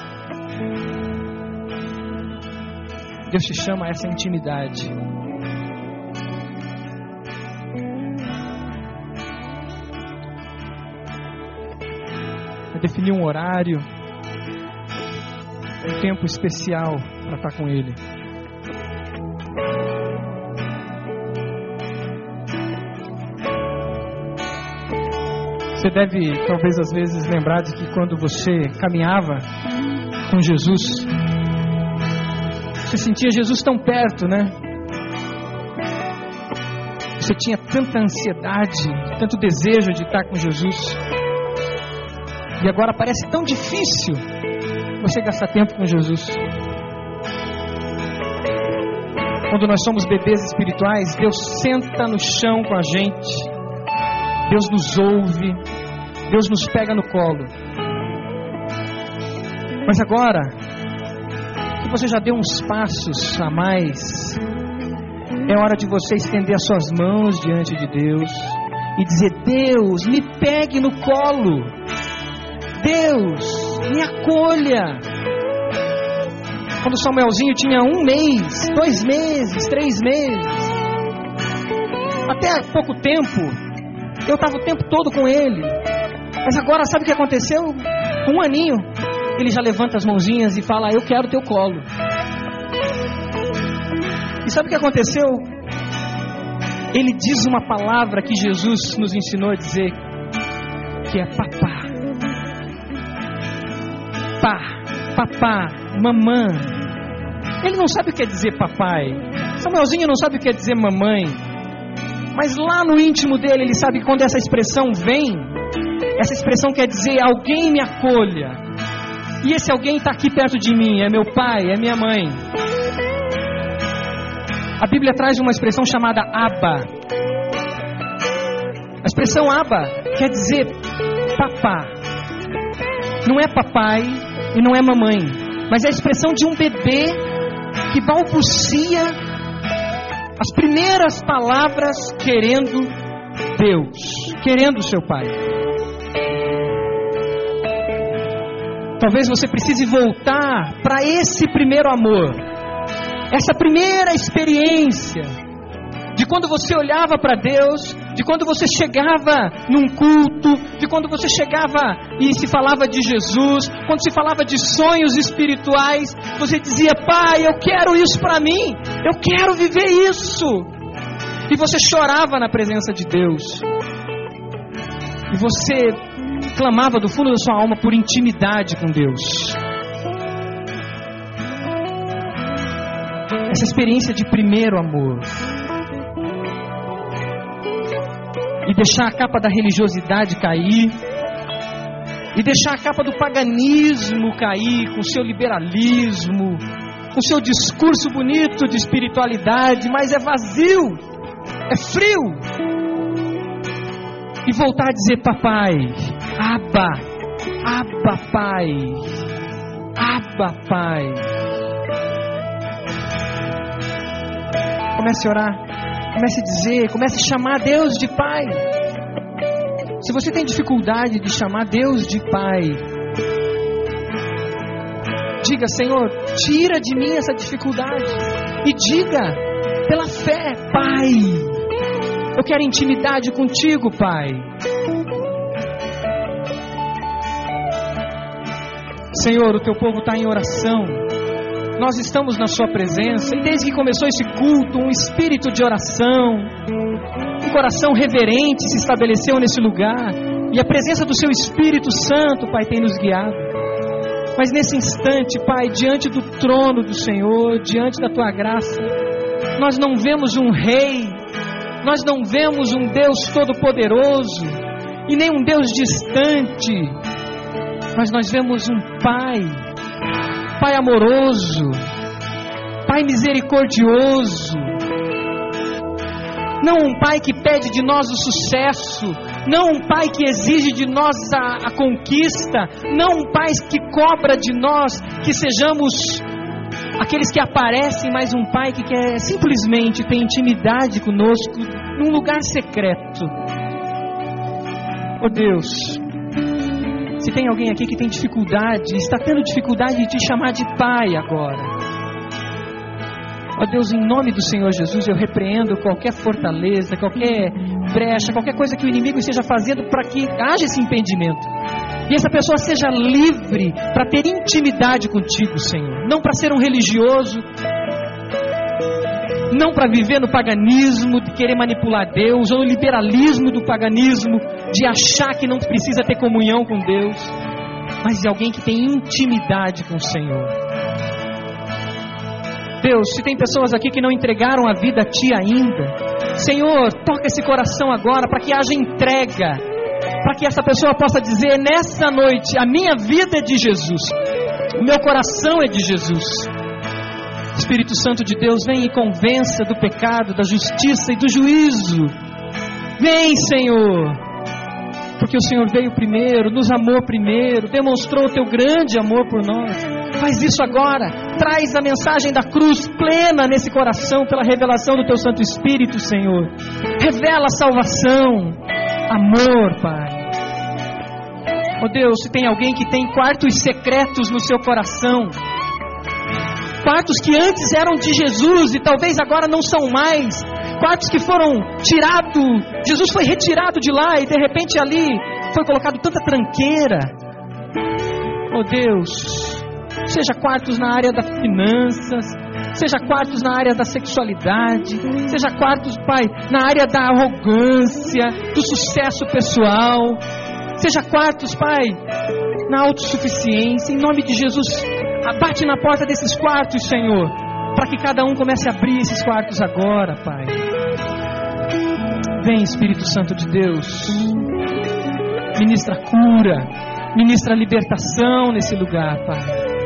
Deus te chama a essa intimidade. É definir um horário, um tempo especial para estar com Ele. Você deve, talvez às vezes, lembrar de que quando você caminhava com Jesus, você sentia Jesus tão perto, né? Você tinha tanta ansiedade, tanto desejo de estar com Jesus. E agora parece tão difícil você gastar tempo com Jesus. Quando nós somos bebês espirituais, Deus senta no chão com a gente, Deus nos ouve, Deus nos pega no colo. Mas agora que você já deu uns passos a mais, é hora de você estender as suas mãos diante de Deus e dizer: Deus, me pegue no colo, Deus, me acolha. Quando Samuelzinho tinha 1 mês, 2 meses, 3 meses, até há pouco tempo, eu estava o tempo todo com ele. Mas agora sabe o que aconteceu? Com 1 aninho, ele já levanta as mãozinhas e fala: eu quero teu colo. E sabe o que aconteceu? Ele diz uma palavra que Jesus nos ensinou a dizer, que é papá. Papá, mamã. Ele não sabe o que é dizer papai. Samuelzinho não sabe o que é dizer mamãe. Mas lá no íntimo dele, ele sabe que quando essa expressão vem, essa expressão quer dizer: alguém me acolha. E esse alguém está aqui perto de mim, é meu pai, é minha mãe. A Bíblia traz uma expressão chamada Abba. A expressão Abba quer dizer papá. Não é papai e não é mamãe, mas é a expressão de um bebê que balbucia as primeiras palavras querendo Deus, querendo seu pai. Talvez você precise voltar para esse primeiro amor, essa primeira experiência de quando você olhava para Deus, de quando você chegava num culto, de quando você chegava e se falava de Jesus, quando se falava de sonhos espirituais, você dizia: pai, eu quero isso para mim, eu quero viver isso. E você chorava na presença de Deus, e você clamava do fundo da sua alma por intimidade com Deus. Essa experiência de primeiro amor. E deixar a capa da religiosidade cair, e deixar a capa do paganismo cair, com seu liberalismo, com seu discurso bonito de espiritualidade, mas é vazio, é frio. E voltar a dizer: papai, Abba pai, Abba pai. Comece a orar. Comece a dizer, comece a chamar Deus de pai. Se você tem dificuldade de chamar Deus de pai, diga: Senhor, tira de mim essa dificuldade. E diga, pela fé: pai, eu quero intimidade contigo, pai. Senhor, o teu povo está em oração. Nós estamos na sua presença, e desde que começou esse culto, um espírito de oração, um coração reverente se estabeleceu nesse lugar, e a presença do seu Espírito Santo, Pai, tem nos guiado. Mas nesse instante, Pai, diante do trono do Senhor, diante da tua graça, nós não vemos um rei, nós não vemos um Deus todo-poderoso, e nem um Deus distante, mas nós vemos um Pai amoroso, Pai misericordioso, não um Pai que pede de nós o sucesso, não um Pai que exige de nós a conquista, não um Pai que cobra de nós que sejamos aqueles que aparecem, mas um Pai que quer simplesmente ter intimidade conosco num lugar secreto. Oh Deus, se tem alguém aqui que tem dificuldade, está tendo dificuldade de te chamar de pai agora, ó Deus, em nome do Senhor Jesus, eu repreendo qualquer fortaleza, qualquer brecha, qualquer coisa que o inimigo esteja fazendo para que haja esse impedimento, e essa pessoa seja livre para ter intimidade contigo, Senhor, não para ser um religioso, não para viver no paganismo, de querer manipular Deus, ou no liberalismo do paganismo, de achar que não precisa ter comunhão com Deus, mas de alguém que tem intimidade com o Senhor. Deus, se tem pessoas aqui que não entregaram a vida a Ti ainda, Senhor, toca esse coração agora para que haja entrega, para que essa pessoa possa dizer nessa noite: a minha vida é de Jesus, O meu coração é de Jesus. Espírito Santo de Deus, vem e convença do pecado, da justiça e do juízo. Vem, Senhor, porque o Senhor veio primeiro, nos amou primeiro, demonstrou o teu grande amor por nós. Faz isso agora, traz a mensagem da cruz plena nesse coração, pela revelação do teu Santo Espírito, Senhor. Revela a salvação, amor, Pai. Oh Deus, se tem alguém que tem quartos secretos no seu coração, quartos que antes eram de Jesus e talvez agora não são mais, quartos que foram tirados, Jesus foi retirado de lá e de repente ali foi colocado tanta tranqueira. Oh Deus, seja quartos na área das finanças, seja quartos na área da sexualidade, seja quartos, Pai, na área da arrogância, do sucesso pessoal, seja quartos, Pai, na autossuficiência, em nome de Jesus. Bate na porta desses quartos, Senhor, para que cada um comece a abrir esses quartos agora, Pai. Vem, Espírito Santo de Deus, ministra cura, ministra libertação nesse lugar, Pai.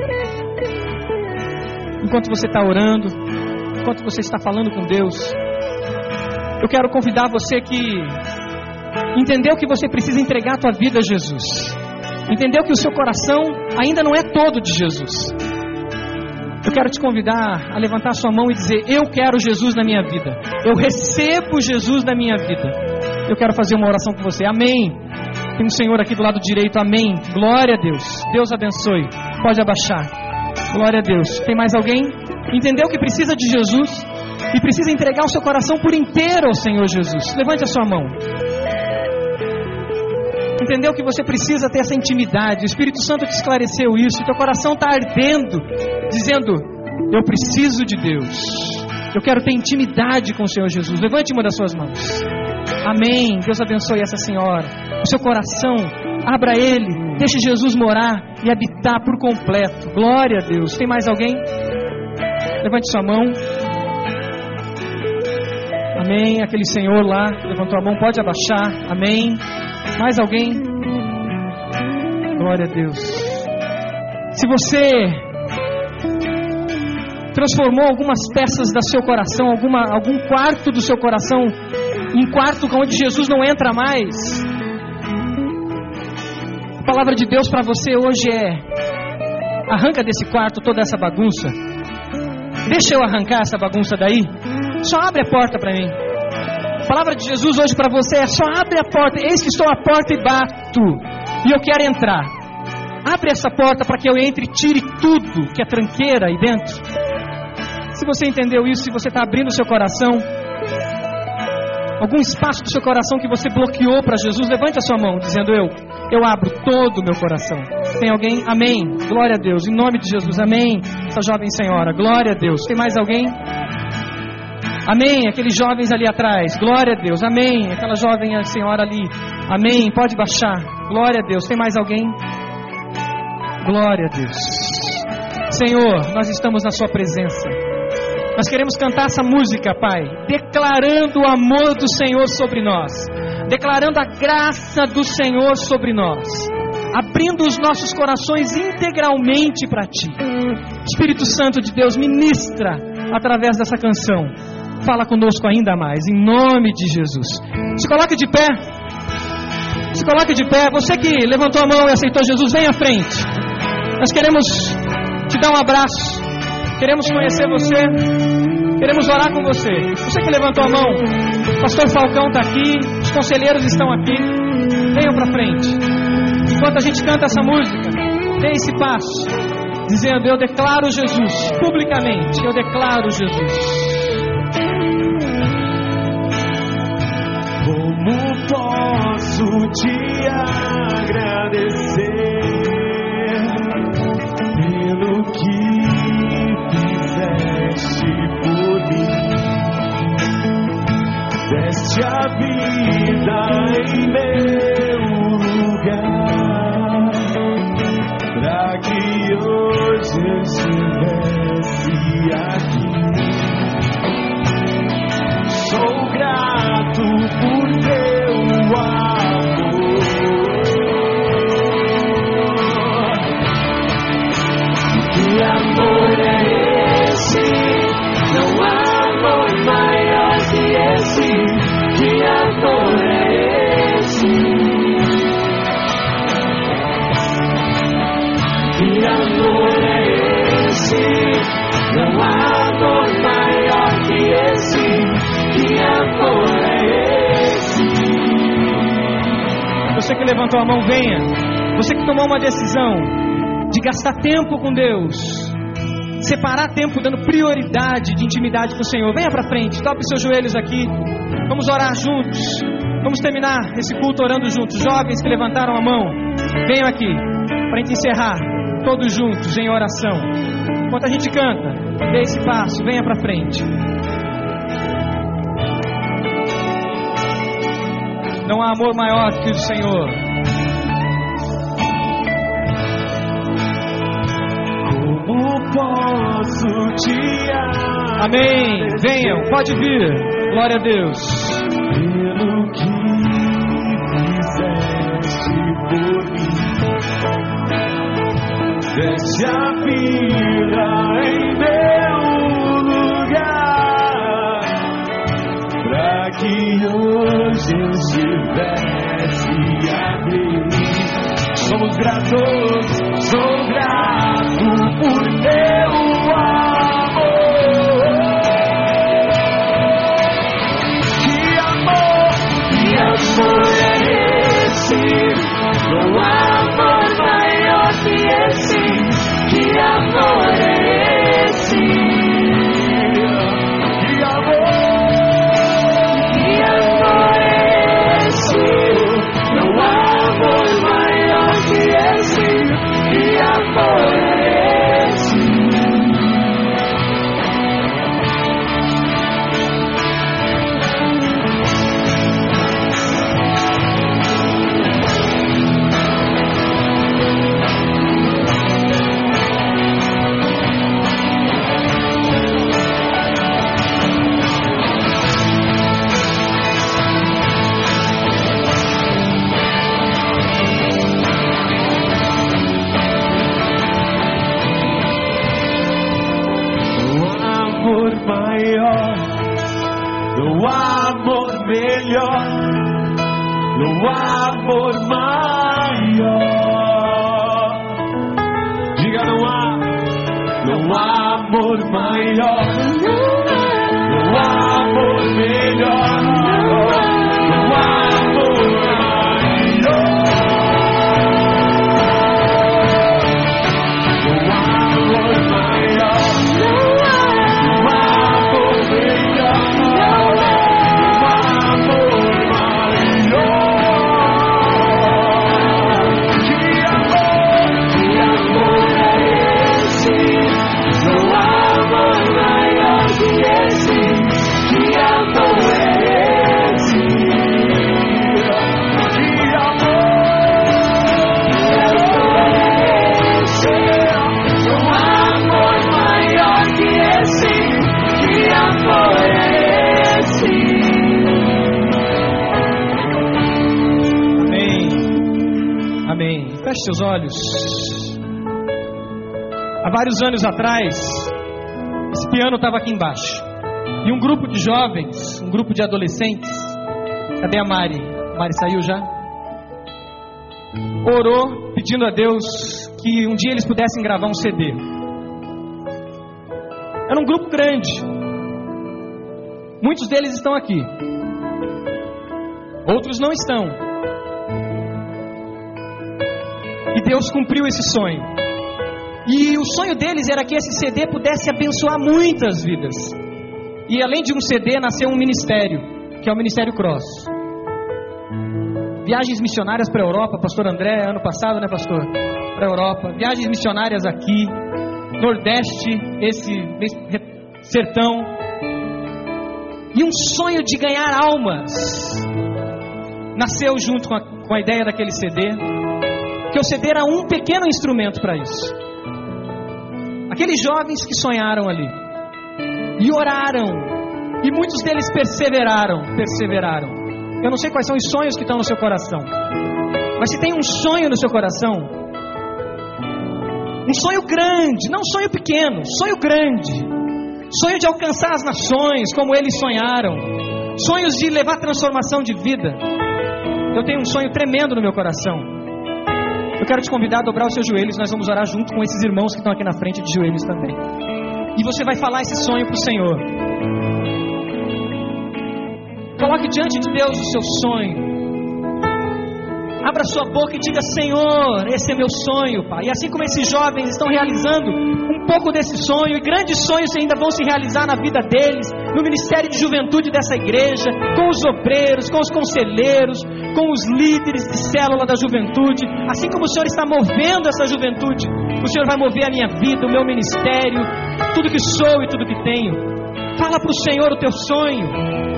Enquanto você está orando, enquanto você está falando com Deus, eu quero convidar você que entendeu que você precisa entregar a tua vida a Jesus, entendeu que o seu coração ainda não é todo de Jesus. Eu quero te convidar a levantar a sua mão e dizer: eu quero Jesus na minha vida, eu recebo Jesus na minha vida. Eu quero fazer uma oração com você. Amém. Tem um Senhor aqui do lado direito. Amém. Glória a Deus. Deus abençoe. Pode abaixar. Glória a Deus. Tem mais alguém? Entendeu que precisa de Jesus e precisa entregar o seu coração por inteiro ao Senhor Jesus? Levante a sua mão. Entendeu que você precisa ter essa intimidade? O Espírito Santo te esclareceu isso. Teu coração está ardendo, dizendo: eu preciso de Deus, eu quero ter intimidade com o Senhor Jesus. Levante uma das suas mãos. Amém. Deus abençoe essa senhora. O seu coração, abra ele, deixe Jesus morar e habitar por completo. Glória a Deus. Tem mais alguém? Levante sua mão. Amém. Aquele senhor lá levantou a mão, pode abaixar. Amém. Mais alguém? Glória a Deus. Se você transformou algumas peças do seu coração, algum quarto do seu coração em quarto onde Jesus não entra mais, a palavra de Deus para você hoje é: arranca desse quarto toda essa bagunça. Deixa eu arrancar essa bagunça daí. Só abre a porta para mim. A palavra de Jesus hoje para você é: só abre a porta. Eis que estou à porta e bato, e eu quero entrar. Abre essa porta para que eu entre e tire tudo que é tranqueira aí dentro. Se você entendeu isso, se você está abrindo o seu coração, algum espaço do seu coração que você bloqueou para Jesus, levante a sua mão dizendo: eu abro todo o meu coração. Tem alguém? Amém. Glória a Deus. Em nome de Jesus. Amém. Essa jovem senhora. Glória a Deus. Tem mais alguém? Amém. Aqueles jovens ali atrás. Glória a Deus. Amém. Aquela jovem senhora ali. Amém. Pode baixar. Glória a Deus. Tem mais alguém? Glória a Deus. Senhor, nós estamos na sua presença. Nós queremos cantar essa música, Pai, declarando o amor do Senhor sobre nós, declarando a graça do Senhor sobre nós, abrindo os nossos corações integralmente para Ti. Espírito Santo de Deus, ministra através dessa canção. Fala conosco ainda mais, em nome de Jesus. Se coloque de pé. Se coloque de pé. Você que levantou a mão e aceitou Jesus, vem à frente. Nós queremos te dar um abraço. Queremos conhecer você. Queremos orar com você. Você que levantou a mão, o pastor Falcão está aqui, os conselheiros estão aqui. Venham para frente. Enquanto a gente canta essa música, dê esse passo, dizendo: eu declaro Jesus, publicamente, eu declaro Jesus. Como posso te agradecer pelo que fizeste por mim? Deste a vida em meu lugar, pra que hoje eu estivesse aqui. Sou grato por teu amor. Você que levantou a mão, venha. Você que tomou uma decisão de gastar tempo com Deus, separar tempo dando prioridade de intimidade com o Senhor, venha para frente, dobre seus joelhos aqui. Vamos orar juntos. Vamos terminar esse culto orando juntos. Jovens que levantaram a mão, venham aqui para a gente encerrar todos juntos em oração. Enquanto a gente canta, dê esse passo, venha para frente. Não há amor maior que o do Senhor. Como posso te agradecer? Amém. Venham, pode vir. Glória a Deus. Pelo que fizeste por mim, deste a vida em meu lugar, pra que hoje eu estivesse aqui. Somos gratos, sou grato por teu amor. É esse, não há amor maior que esse, que amor é esse, que amor é esse, não há amor maior que esse, que amor é esse. Maior, não há amor melhor, não há amor maior. Diga, não há amor maior, não há amor melhor, não há amor maior, não há amor maior. Feche seus olhos. Há vários anos atrás, esse piano estava aqui embaixo. E um grupo de jovens, um grupo de adolescentes, cadê a Mari? A Mari saiu já? Orou pedindo a Deus que um dia eles pudessem gravar um CD. Era um grupo grande. Muitos deles estão aqui. Outros não estão. E Deus cumpriu esse sonho. E o sonho deles era que esse CD pudesse abençoar muitas vidas. E além de um CD, nasceu um ministério, que é o Ministério Cross. Viagens missionárias para a Europa, pastor André, ano passado, né, pastor? Para a Europa. Viagens missionárias aqui, Nordeste, esse sertão. E um sonho de ganhar almas nasceu junto com a ideia daquele CD. Que o CD era um pequeno instrumento para isso. Aqueles jovens que sonharam ali e oraram, e muitos deles perseveraram. Eu não sei quais são os sonhos que estão no seu coração, mas se tem um sonho no seu coração, um sonho grande, não um sonho pequeno, sonho grande, sonho de alcançar as nações como eles sonharam, sonhos de levar transformação de vida. Eu tenho um sonho tremendo no meu coração. Eu quero te convidar a dobrar os seus joelhos. Nós vamos orar junto com esses irmãos que estão aqui na frente de joelhos também. E você vai falar esse sonho para o Senhor. Coloque diante de Deus o seu sonho. Abra sua boca e diga: Senhor, esse é meu sonho, Pai. E assim como esses jovens estão realizando um pouco desse sonho, e grandes sonhos ainda vão se realizar na vida deles, no ministério de juventude dessa igreja, com os obreiros, com os conselheiros, com os líderes de célula da juventude. Assim como o Senhor está movendo essa juventude, o Senhor vai mover a minha vida, o meu ministério, tudo que sou e tudo que tenho. Fala para o Senhor o teu sonho.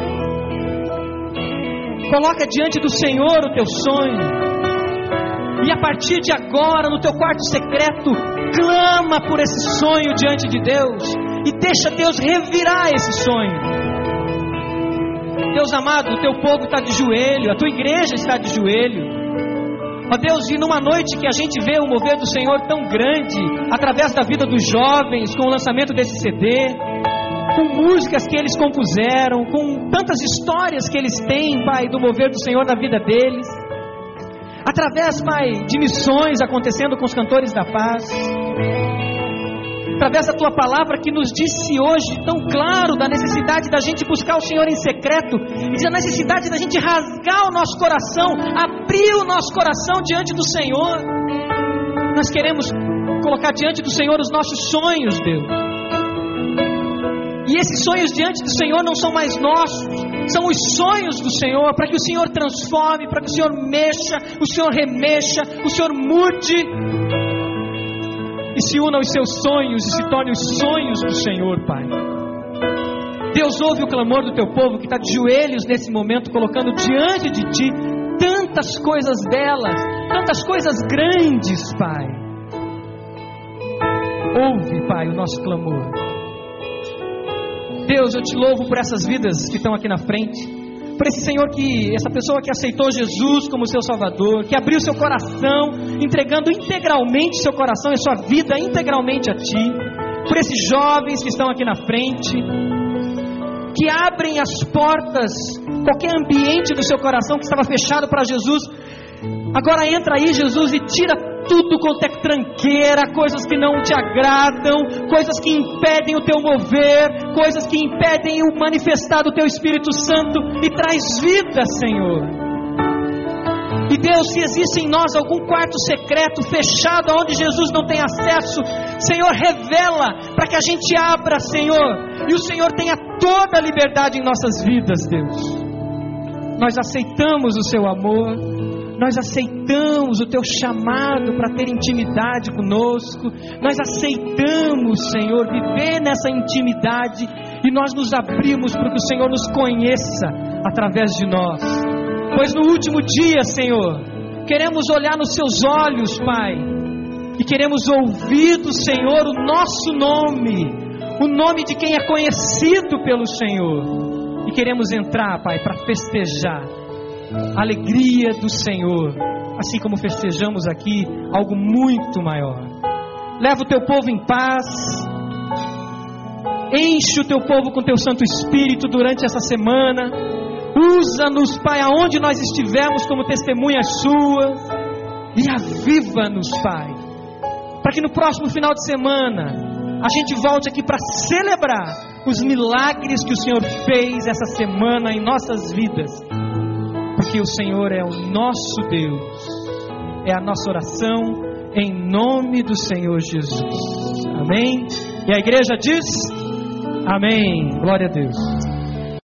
Coloca diante do Senhor o teu sonho. E a partir de agora, no teu quarto secreto, clama por esse sonho diante de Deus. E deixa Deus revirar esse sonho. Deus amado, o teu povo está de joelho, a tua igreja está de joelho. Ó Deus, e numa noite que a gente vê o mover do Senhor tão grande, através da vida dos jovens, com o lançamento desse CD, com músicas que eles compuseram, com tantas histórias que eles têm, Pai, do mover do Senhor na vida deles, através, Pai, de missões acontecendo com os cantores da paz, através da Tua palavra que nos disse hoje tão claro da necessidade da gente buscar o Senhor em secreto, e da necessidade da gente rasgar o nosso coração, abrir o nosso coração diante do Senhor. Nós queremos colocar diante do Senhor os nossos sonhos, Deus. E esses sonhos diante do Senhor não são mais nossos, são os sonhos do Senhor, para que o Senhor transforme, para que o Senhor mexa, o Senhor remexa, o Senhor mude e se una aos seus sonhos e se torne os sonhos do Senhor, Pai. Deus, ouve o clamor do teu povo que está de joelhos nesse momento, colocando diante de Ti tantas coisas belas, tantas coisas grandes, Pai. Ouve, Pai, o nosso clamor. Deus, eu te louvo por essas vidas que estão aqui na frente, por esse Senhor essa pessoa que aceitou Jesus como seu Salvador, que abriu seu coração, entregando integralmente seu coração e sua vida integralmente a Ti, por esses jovens que estão aqui na frente, que abrem as portas, qualquer ambiente do seu coração que estava fechado para Jesus, agora entra aí, Jesus, e tira tudo quanto é tranqueira, coisas que não te agradam, coisas que impedem o teu mover, coisas que impedem o manifestar do teu Espírito Santo, e traz vida, Senhor. E Deus, se existe em nós algum quarto secreto fechado, onde Jesus não tem acesso, Senhor, revela, para que a gente abra, Senhor, e o Senhor tenha toda a liberdade em nossas vidas, Deus. Nós aceitamos o seu amor, nós aceitamos o teu chamado para ter intimidade conosco, nós aceitamos, Senhor, viver nessa intimidade, e nós nos abrimos para que o Senhor nos conheça através de nós, pois no último dia, Senhor, queremos olhar nos seus olhos, Pai, e queremos ouvir do Senhor o nosso nome, o nome de quem é conhecido pelo Senhor, e queremos entrar, Pai, para festejar a alegria do Senhor, assim como festejamos aqui algo muito maior. Leva o teu povo em paz, enche o teu povo com teu Santo Espírito durante essa semana, usa-nos, Pai, aonde nós estivermos como testemunhas suas, e aviva-nos, Pai, para que no próximo final de semana a gente volte aqui para celebrar os milagres que o Senhor fez essa semana em nossas vidas, porque o Senhor é o nosso Deus. É a nossa oração em nome do Senhor Jesus. Amém? E a igreja diz: amém. Glória a Deus.